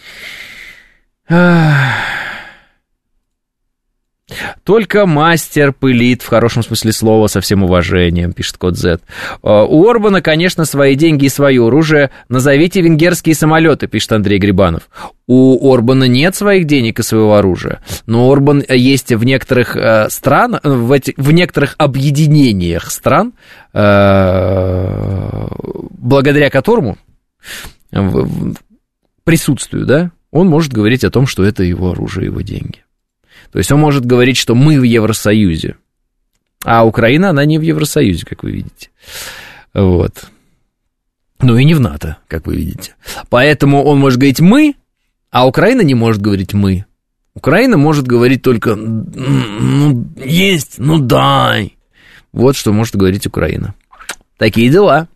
Только мастер пылит, в хорошем смысле слова, со всем уважением, пишет Код Z. У Орбана, конечно, свои деньги и свое оружие. Назовите венгерские самолеты, пишет Андрей Грибанов. У Орбана нет своих денег и своего оружия, но Орбан есть в некоторых странах, в, эти, в некоторых объединениях стран, благодаря которому присутствию, да, он может говорить о том, что это его оружие, его деньги. То есть он может говорить, что мы в Евросоюзе, а Украина, она не в Евросоюзе, как вы видите. Вот. Ну и не в НАТО, как вы видите. Поэтому он может говорить «мы», а Украина не может говорить «мы». Украина может говорить только «ну, есть, ну дай». Вот что может говорить Украина. Такие дела.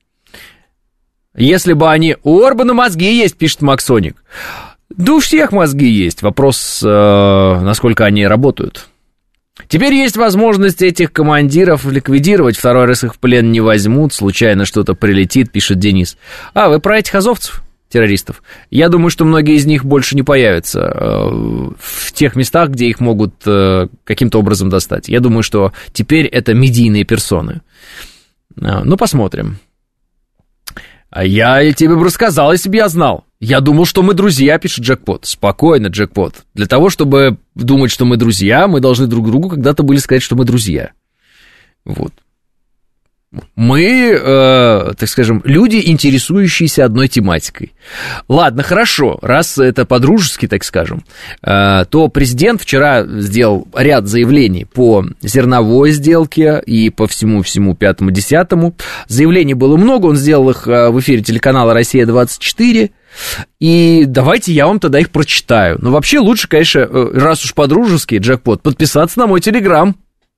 Если бы они... У Орбана мозги есть, пишет Максоник. Да у всех мозги есть. Вопрос, э, насколько они работают. Теперь есть возможность этих командиров ликвидировать. Второй раз их в плен не возьмут. Случайно что-то прилетит, пишет Денис. А, вы про этих азовцев, террористов? Я думаю, что многие из них больше не появятся э, в тех местах, где их могут э, каким-то образом достать. Я думаю, что теперь это медийные персоны. Э, ну, посмотрим. А я тебе бы рассказал, если бы я знал. Я думал, что мы друзья, пишет Джекпот. Спокойно, Джекпот. Для того, чтобы думать, что мы друзья, мы должны друг другу когда-то были сказать, что мы друзья. Вот. Мы, э, так скажем, люди, интересующиеся одной тематикой. Ладно, хорошо, раз это по-дружески, так скажем, э, то президент вчера сделал ряд заявлений по зерновой сделке и по всему-всему пятому-десятому. Заявлений было много, он сделал их в эфире телеканала «Россия двадцать четыре». И давайте я вам тогда их прочитаю. Но вообще лучше, конечно, раз уж по-дружески, Джекпот, подписаться на мой телеграм,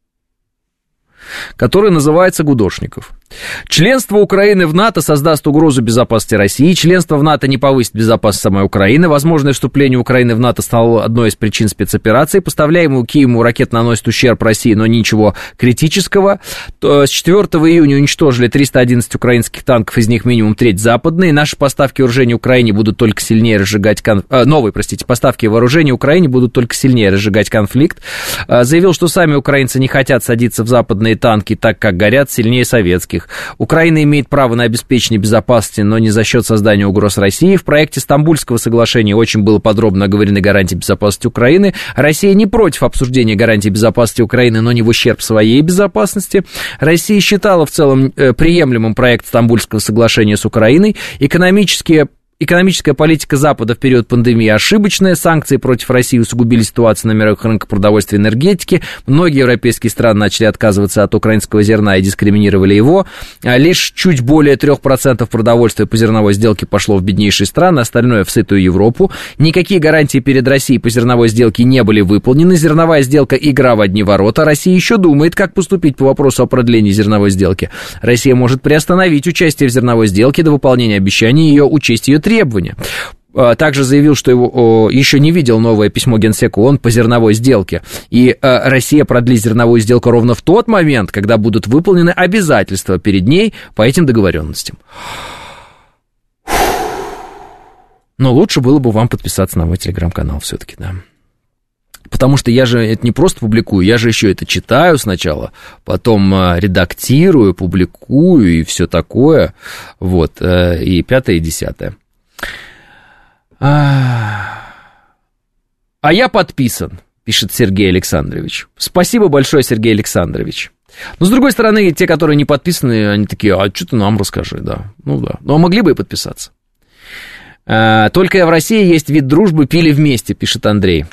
который называется «Гудошников». Членство Украины в НАТО создаст угрозу безопасности России. Членство в НАТО не повысит безопасность самой Украины. Возможное вступление Украины в НАТО стало одной из причин спецоперации. Поставляемые Киеву ракеты наносят ущерб России, но ничего критического. С четвёртого июня уничтожили триста одиннадцать украинских танков, из них минимум треть западные. Наши поставки вооружения Украине будут только сильнее разжигать... Кон... А, новые, простите, поставки вооружения Украине будут только сильнее разжигать конфликт. А, заявил, что сами украинцы не хотят садиться в западные танки, так как горят сильнее советских. Украина имеет право на обеспечение безопасности, но не за счет создания угроз России. В проекте Стамбульского соглашения очень было подробно оговорены гарантии безопасности Украины. Россия не против обсуждения гарантий безопасности Украины, но не в ущерб своей безопасности. Россия считала в целом приемлемым проект Стамбульского соглашения с Украиной. Экономические Экономическая политика Запада в период пандемии ошибочная, санкции против России усугубили ситуацию на мировых рынках продовольствия и энергетики, многие европейские страны начали отказываться от украинского зерна и дискриминировали его, лишь чуть более трех процентов продовольствия по зерновой сделке пошло в беднейшие страны, остальное в сытую Европу, никакие гарантии перед Россией по зерновой сделке не были выполнены, зерновая сделка — игра в одни ворота, Россия еще думает, как поступить по вопросу о продлении зерновой сделки. Россия может приостановить участие в зерновой сделке до выполнения обещаний ее учесть ее требования. также заявил, что его еще не видел новое письмо Генсеку ООН по зерновой сделке. И Россия продлит зерновую сделку ровно в тот момент, когда будут выполнены обязательства перед ней по этим договоренностям. Но лучше было бы вам подписаться на мой телеграм-канал все-таки, да. Потому что я же это не просто публикую, я же еще это читаю сначала, потом редактирую, публикую и все такое. Вот, и пятое, и десятое. А я подписан, пишет Сергей Александрович. Спасибо большое, Сергей Александрович. Но, с другой стороны, те, которые не подписаны, они такие, а что ты нам расскажи, да. Ну да, ну а могли бы и подписаться. Только в России есть вид дружбы, пили вместе, пишет Андрей.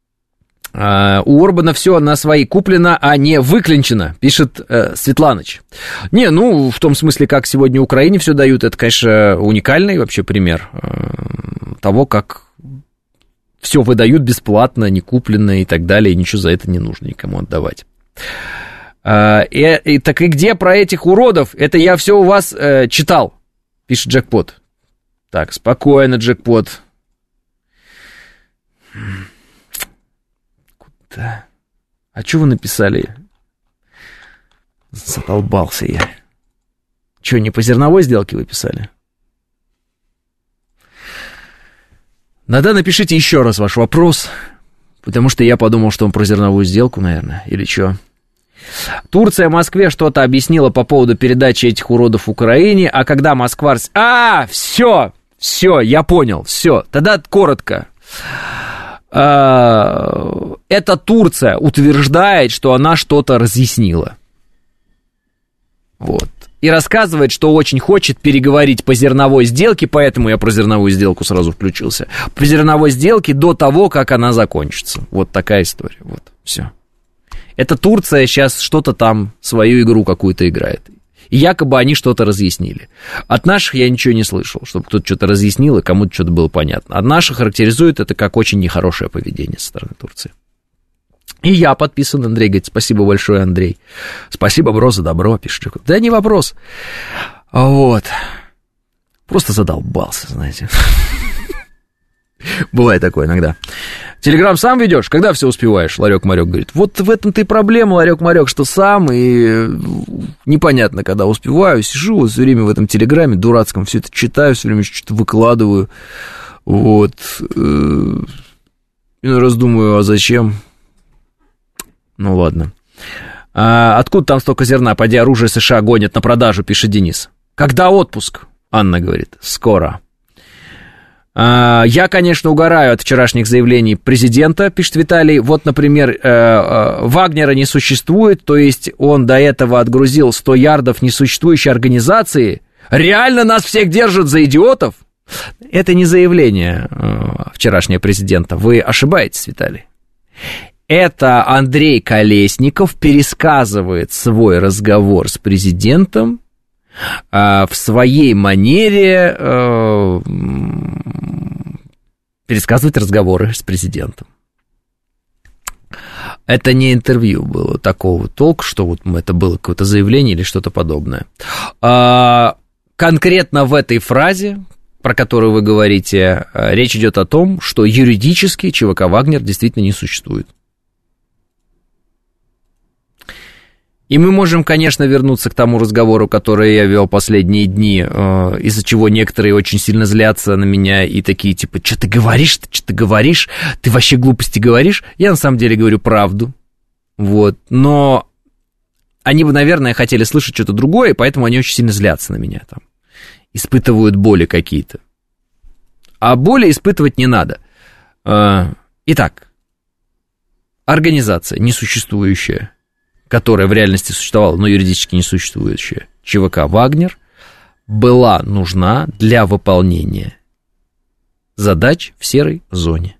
У Орбана все на свои куплено, а не выклинчено, пишет э, Светланыч. Не, ну, в том смысле, как сегодня Украине все дают, это, конечно, уникальный вообще пример э, того, как все выдают бесплатно, не куплено и так далее, и ничего за это не нужно никому отдавать. Э, и, и, так и где про этих уродов? Это я все у вас э, читал, пишет Джекпот. Так, спокойно, Джекпот. Да. А что вы написали? Задолбался я. Что, не по зерновой сделке вы писали? Да-да, напишите еще раз ваш вопрос, потому что я подумал, что он про зерновую сделку, наверное, или что. Турция Москве что-то объяснила по поводу передачи этих уродов Украине, а когда Москва... А, все, все, я понял, все, тогда коротко. Эта Турция утверждает, что она что-то разъяснила. Вот. И рассказывает, что очень хочет переговорить по зерновой сделке, поэтому я про зерновую сделку сразу включился. По зерновой сделке до того, как она закончится. Вот такая история. Вот, все. Эта Турция сейчас что-то там, свою игру какую-то играет. И якобы они что-то разъяснили. От наших я ничего не слышал, чтобы кто-то что-то разъяснил, и кому-то что-то было понятно. От наших характеризует это как очень нехорошее поведение со стороны Турции. И я подписан, Андрей говорит, спасибо большое, Андрей. Спасибо, бро, за добро, пишет. Да не вопрос. Вот. Просто задолбался, знаете. Бывает такое иногда. Телеграм сам ведешь? Когда все успеваешь? Ларек-марек говорит. Вот в этом-то и проблема, Ларек-марек, что сам, и непонятно, когда успеваю. Сижу вот все время в этом Телеграме дурацком, все это читаю, все время что-то выкладываю. Вот. И раздумываю, а зачем? Ну ладно. А откуда там столько зерна? Поди оружие США гонят на продажу, пишет Денис. Когда отпуск? Анна говорит. Скоро. Я, конечно, угораю от вчерашних заявлений президента, пишет Виталий. Вот, например, Вагнера не существует, то есть он до этого отгрузил сто ярдов несуществующей организации. Реально нас всех держат за идиотов? Это не заявление вчерашнего президента. Вы ошибаетесь, Виталий. Это Андрей Колесников пересказывает свой разговор с президентом в своей манере э, пересказывать разговоры с президентом. Это не интервью было такого толка, что вот это было какое-то заявление или что-то подобное. А, конкретно в этой фразе, про которую вы говорите, речь идет о том, что юридически ЧВК «Вагнер» действительно не существует. И мы можем, конечно, вернуться к тому разговору, который я вел последние дни, э, из-за чего некоторые очень сильно злятся на меня и такие, типа, что ты говоришь, что ты говоришь, ты вообще глупости говоришь. Я на самом деле говорю правду, вот, но они бы, наверное, хотели слышать что-то другое, и поэтому они очень сильно злятся на меня, там, испытывают боли какие-то. А боли испытывать не надо. Э, итак, организация несуществующая, которая в реальности существовала, но юридически не существующая, ЧВК «Вагнер», была нужна для выполнения задач в серой зоне.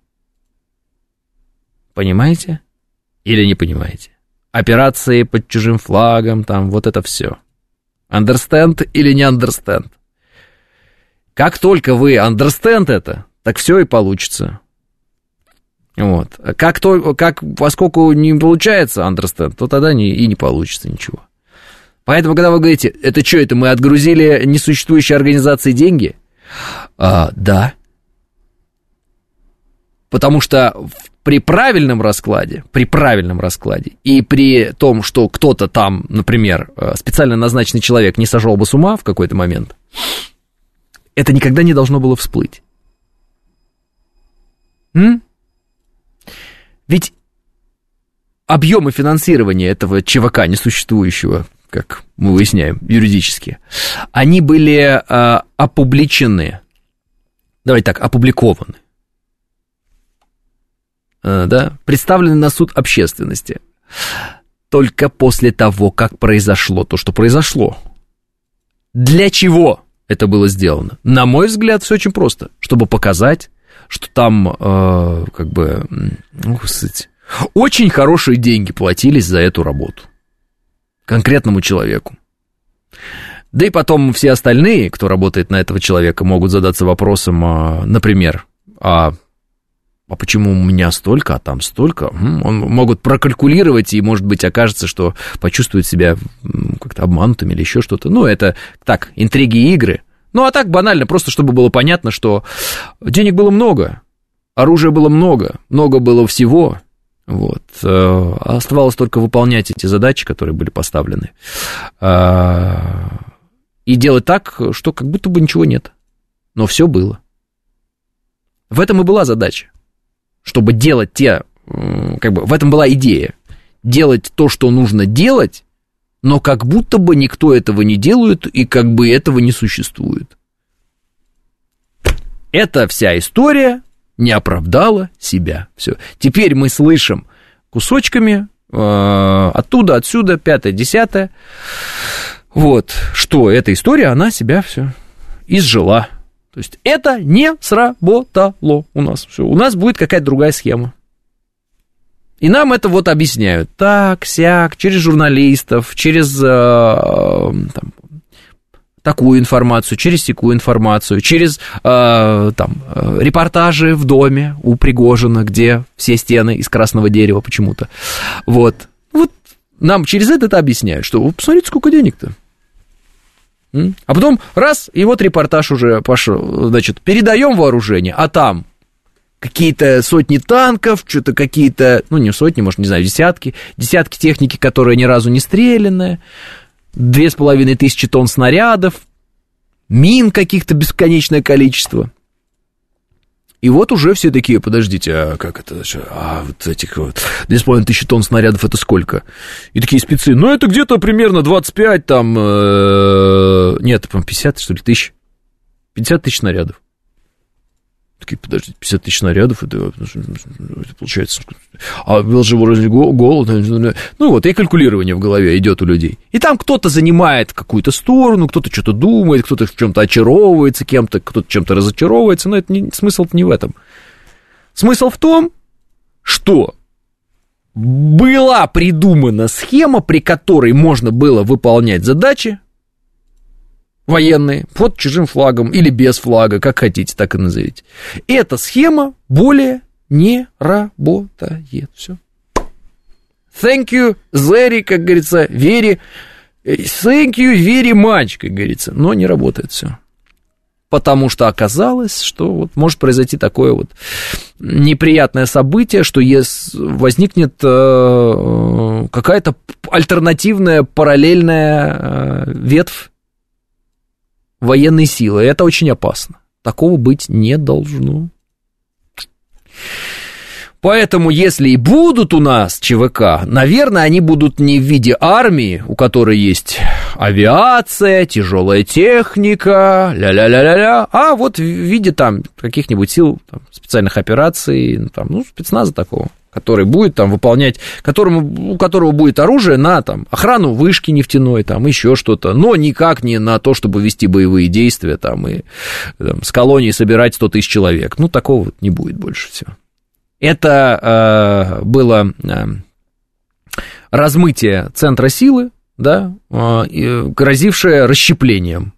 Понимаете? Или не понимаете? Операции под чужим флагом, там, вот это все. Understand или не understand? Как только вы understand это, так все и получится. Вот. Как, то, как поскольку не получается understand, то тогда не, и не получится ничего. Поэтому, когда вы говорите, это что, это мы отгрузили несуществующей организации деньги? А, да. Потому что при правильном раскладе, при правильном раскладе и при том, что кто-то там, например, специально назначенный человек не сошел бы с ума в какой-то момент, это никогда не должно было всплыть. М? Ведь объемы финансирования этого ЧВК, несуществующего, как мы выясняем, юридически, они были э, опубличены, давайте так, опубликованы, э, да, представлены на суд общественности только после того, как произошло то, что произошло. Для чего это было сделано? На мой взгляд, все очень просто, чтобы показать, что там, э, как бы, ну, кстати, очень хорошие деньги платились за эту работу конкретному человеку. Да и потом все остальные, кто работает на этого человека, могут задаться вопросом, а, например, а, а почему у меня столько, а там столько? Он, могут прокалькулировать, и, может быть, окажется, что почувствуют себя как-то обманутыми или еще что-то. Ну, это так, интриги и игры. Ну, а так банально, просто чтобы было понятно, что денег было много, оружия было много, много было всего. Вот. Оставалось только выполнять эти задачи, которые были поставлены. И делать так, что как будто бы ничего нет. Но все было. В этом и была задача. Чтобы делать те... Как бы, в этом была идея. Делать то, что нужно делать, но как будто бы никто этого не делает, и как бы этого не существует. Эта вся история не оправдала себя. Все. Теперь мы слышим кусочками э, оттуда, отсюда, пятое, десятое. Вот, что эта история, она себя все изжила. То есть это не сработало у нас. Все. У нас будет какая-то другая схема. И нам это вот объясняют. Так, сяк, через журналистов, через э, там, такую информацию, через сякую информацию, через э, там, репортажи в доме у Пригожина, где все стены из красного дерева почему-то. Вот. Вот нам через это, это объясняют, что посмотрите, сколько денег-то. М? А потом раз, и вот репортаж уже пошел. Значит, передаем вооружение, а там какие-то сотни танков, что-то какие-то, ну, не сотни, может, не знаю, десятки, десятки техники, которая ни разу не стрелянная, две с половиной тысячи тонн снарядов, мин каких-то бесконечное количество. И вот уже все такие, подождите, а как это, а вот этих вот две с половиной тысячи тонн снарядов это сколько? И такие спецы, ну, это где-то примерно двадцать пять, там, э, нет, по-моему, пятьдесят, что ли, тысяч, пятьдесят тысяч снарядов. Такие, подождите, пятьдесят тысяч снарядов, это, это получается... А был же вроде голод. Ну вот, и калькулирование в голове идет у людей. И там кто-то занимает какую-то сторону, кто-то что-то думает, кто-то в чем-то очаровывается кем-то, кто-то чем-то разочаровывается, но это не, смысл-то не в этом. Смысл в том, что была придумана схема, при которой можно было выполнять задачи военные, под чужим флагом или без флага, как хотите, так и назовите. Эта схема более не работает. Все. Thank you, very, как говорится, very, thank you very much, как говорится, но не работает все. Потому что оказалось, что вот может произойти такое вот неприятное событие, что если возникнет э, какая-то альтернативная, параллельная э, ветвь военной силы. Это очень опасно. Такого быть не должно. Поэтому, если и будут у нас ЧВК, наверное, они будут не в виде армии, у которой есть авиация, тяжелая техника, ля-ля-ля-ля-ля, а вот в виде там каких-нибудь сил там, специальных операций, там, ну, спецназа такого, который будет там выполнять, которому, у которого будет оружие на там, охрану вышки нефтяной, там, еще что-то, но никак не на то, чтобы вести боевые действия там, и там, с колонии собирать сто тысяч человек. Ну, такого вот не будет больше всего. Это э, было э, размытие центра силы, да, э, грозившее расщеплением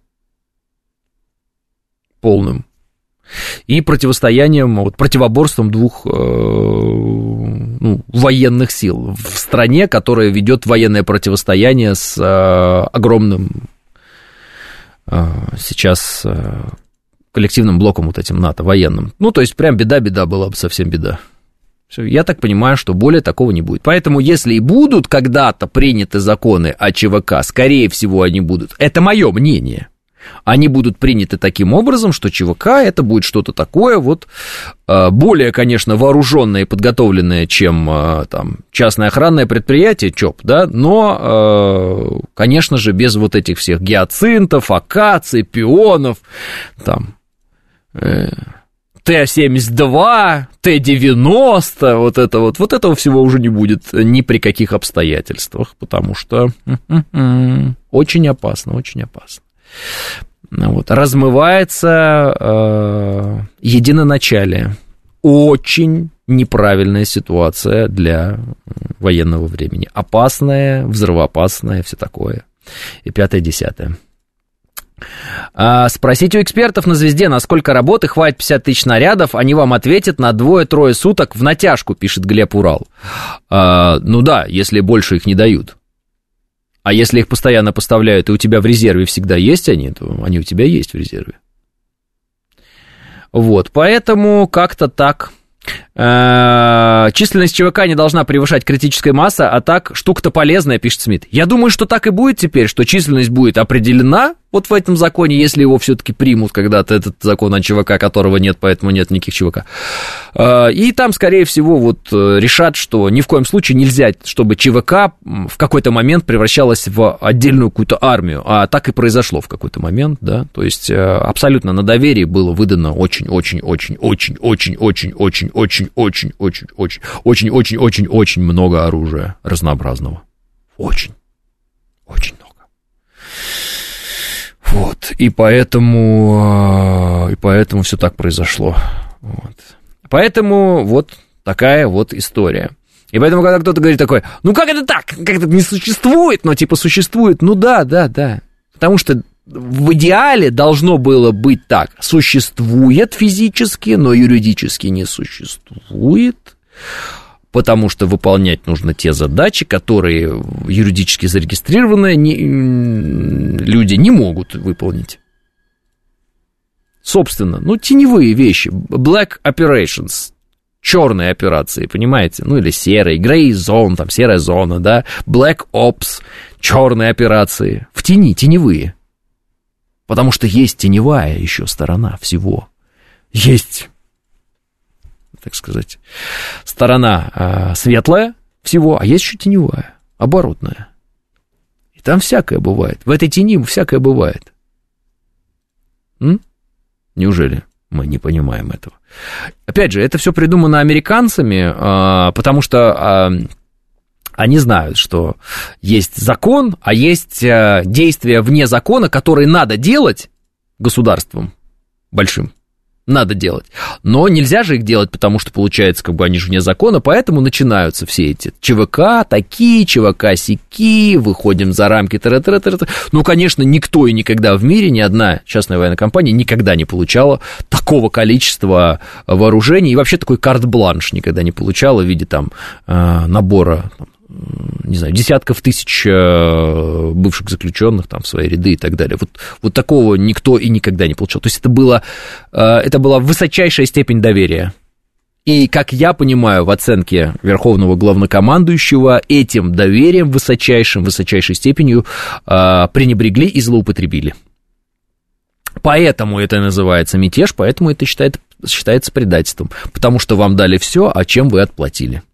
полным. И противостоянием, вот, противоборством двух э, ну, военных сил в стране, которая ведет военное противостояние с э, огромным э, сейчас э, коллективным блоком вот этим НАТО, военным. Ну, то есть, прям беда-беда была бы, совсем беда. Все, я так понимаю, что более такого не будет. Поэтому, если и будут когда-то приняты законы о ЧВК, скорее всего, они будут, это мое мнение, они будут приняты таким образом, что ЧВК это будет что-то такое вот более, конечно, вооруженное и подготовленное, чем там частное охранное предприятие ЧОП, да, но, конечно же, без вот этих всех гиацинтов, акаций, пионов, там, Т семьдесят два, Т девяносто, вот это вот, вот этого всего уже не будет ни при каких обстоятельствах, потому что очень опасно, очень опасно. Вот. Размывается э, единоначалие. Очень неправильная ситуация для военного времени. Опасная, взрывоопасная, все такое. И пятое-десятое. А, спросите у экспертов на «Звезде», насколько работы хватит пятьдесят тысяч снарядов, они вам ответят на двое-трое суток в натяжку, пишет Глеб Урал. А, ну да, если больше их не дают. А если их постоянно поставляют, и у тебя в резерве всегда есть они, то они у тебя есть в резерве. Вот, поэтому как-то так. Численность ЧВК не должна превышать критической массы, а так штука-то полезная, пишет Смит. Я думаю, что так и будет теперь, что численность будет определена вот в этом законе, если его все-таки примут когда-то, этот закон о ЧВК, которого нет, поэтому нет никаких ЧВК. И там, скорее всего, вот решат, что ни в коем случае нельзя, чтобы ЧВК в какой-то момент превращалась в отдельную какую-то армию, а так и произошло в какой-то момент, да, то есть абсолютно на доверии было выдано очень-очень-очень-очень-очень-очень-очень-очень-очень-очень-очень-очень-очень много оружия разнообразного. Очень, очень много. Вот, и поэтому, и поэтому все так произошло. Вот. Поэтому вот такая вот история. И поэтому, когда кто-то говорит такой, ну как это так, как это не существует, но типа существует, ну да, да, да, потому что в идеале должно было быть так, существует физически, но юридически не существует, потому что выполнять нужно те задачи, которые юридически зарегистрированные не, люди не могут выполнить. Собственно, ну, теневые вещи, black operations, черные операции, понимаете, ну, или серые, grey zone, там, серая зона, да, black ops, черные операции, в тени, теневые, потому что есть теневая еще сторона всего, есть... так сказать, сторона э, светлая всего, а есть еще теневая, оборотная. И там всякое бывает. В этой тени всякое бывает. М? Неужели мы не понимаем этого? Опять же, это все придумано американцами, э, потому что э, они знают, что есть закон, а есть э, действия вне закона, которые надо делать государством большим. Надо делать. Но нельзя же их делать, потому что, получается, как бы они же вне закона, поэтому начинаются все эти ЧВК такие, ЧВК сяки, выходим за рамки, тра-тра-тра-тра. Ну, конечно, никто и никогда в мире, ни одна частная военная компания никогда не получала такого количества вооружений, и вообще такой карт-бланш никогда не получала в виде там набора, не знаю, десятков тысяч бывших заключенных там в свои ряды и так далее. Вот, вот такого никто и никогда не получал. То есть это, было, это была высочайшая степень доверия. И, как я понимаю, в оценке верховного главнокомандующего этим доверием высочайшим, высочайшей степенью пренебрегли и злоупотребили. Поэтому это называется мятеж, поэтому это считается, считается предательством. Потому что вам дали все, а чем вы отплатили.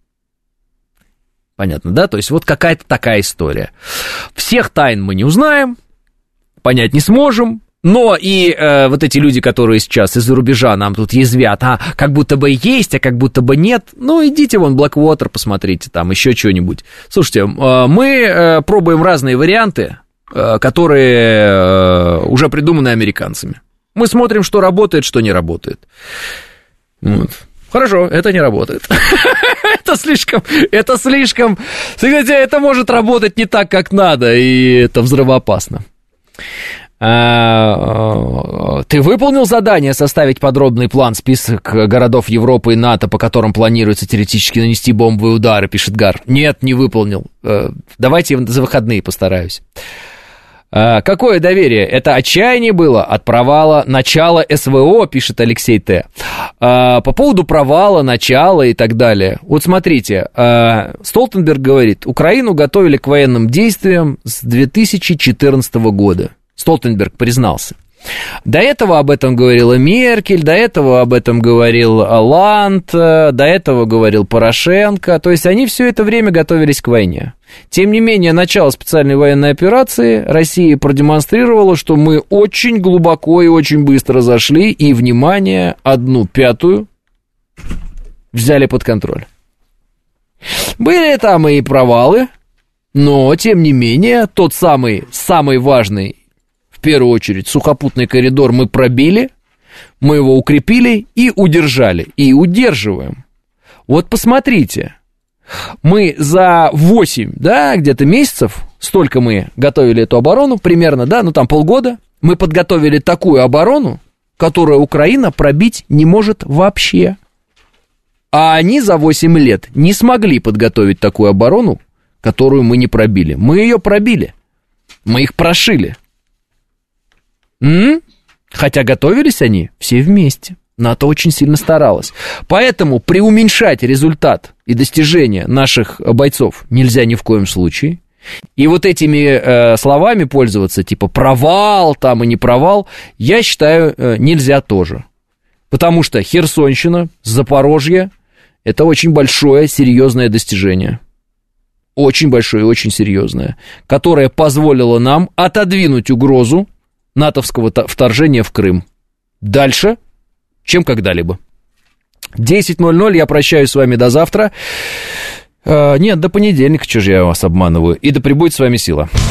Понятно, да? То есть вот какая-то такая история. Всех тайн мы не узнаем, понять не сможем, но и э, вот эти люди, которые сейчас из-за рубежа нам тут язвят, а как будто бы есть, а как будто бы нет, ну идите вон Blackwater, посмотрите, там еще что-нибудь. Слушайте, э, мы э, пробуем разные варианты, э, которые э, уже придуманы американцами. Мы смотрим, что работает, что не работает. Вот. Хорошо, это не работает. Это слишком, это слишком, знаете, это может работать не так, как надо, и это взрывоопасно. А, ты выполнил задание составить подробный план, список городов Европы и НАТО, по которым планируется теоретически нанести бомбовые удары, пишет Гар. Нет, не выполнил. Давайте за выходные постараюсь. А, какое доверие? Это отчаяние было от провала начала СВО, пишет Алексей Т. А, по поводу провала, начала и так далее. Вот смотрите, а, Столтенберг говорит, Украину готовили к военным действиям с две тысячи четырнадцатого года. Столтенберг признался. До этого об этом говорила Меркель, до этого об этом говорил Оланд, до этого говорил Порошенко. То есть они все это время готовились к войне. Тем не менее, начало специальной военной операции России продемонстрировало, что мы очень глубоко и очень быстро зашли, и, внимание, одну пятую взяли под контроль. Были там и провалы, но, тем не менее, тот самый, самый важный, в первую очередь, сухопутный коридор мы пробили, мы его укрепили и удержали, и удерживаем. Вот посмотрите, мы за восемь, да, где-то месяцев, столько мы готовили эту оборону, примерно, да, ну там полгода, мы подготовили такую оборону, которую Украина пробить не может вообще. А они за восемь лет не смогли подготовить такую оборону, которую мы не пробили. Мы ее пробили, мы их прошили. М? Хотя готовились они все вместе. НАТО очень сильно старалась. Поэтому преуменьшать результат и достижения наших бойцов нельзя ни в коем случае. И вот этими э, словами пользоваться, типа провал там и не провал, я считаю, э, нельзя тоже. Потому что Херсонщина, Запорожье – это очень большое, серьезное достижение. Очень большое и очень серьезное, которое позволило нам отодвинуть угрозу натовского вторжения в Крым дальше, чем когда-либо. десять ноль ноль, я прощаюсь с вами до завтра. Э, нет, до понедельника, что же я вас обманываю. И да пребудет с вами сила.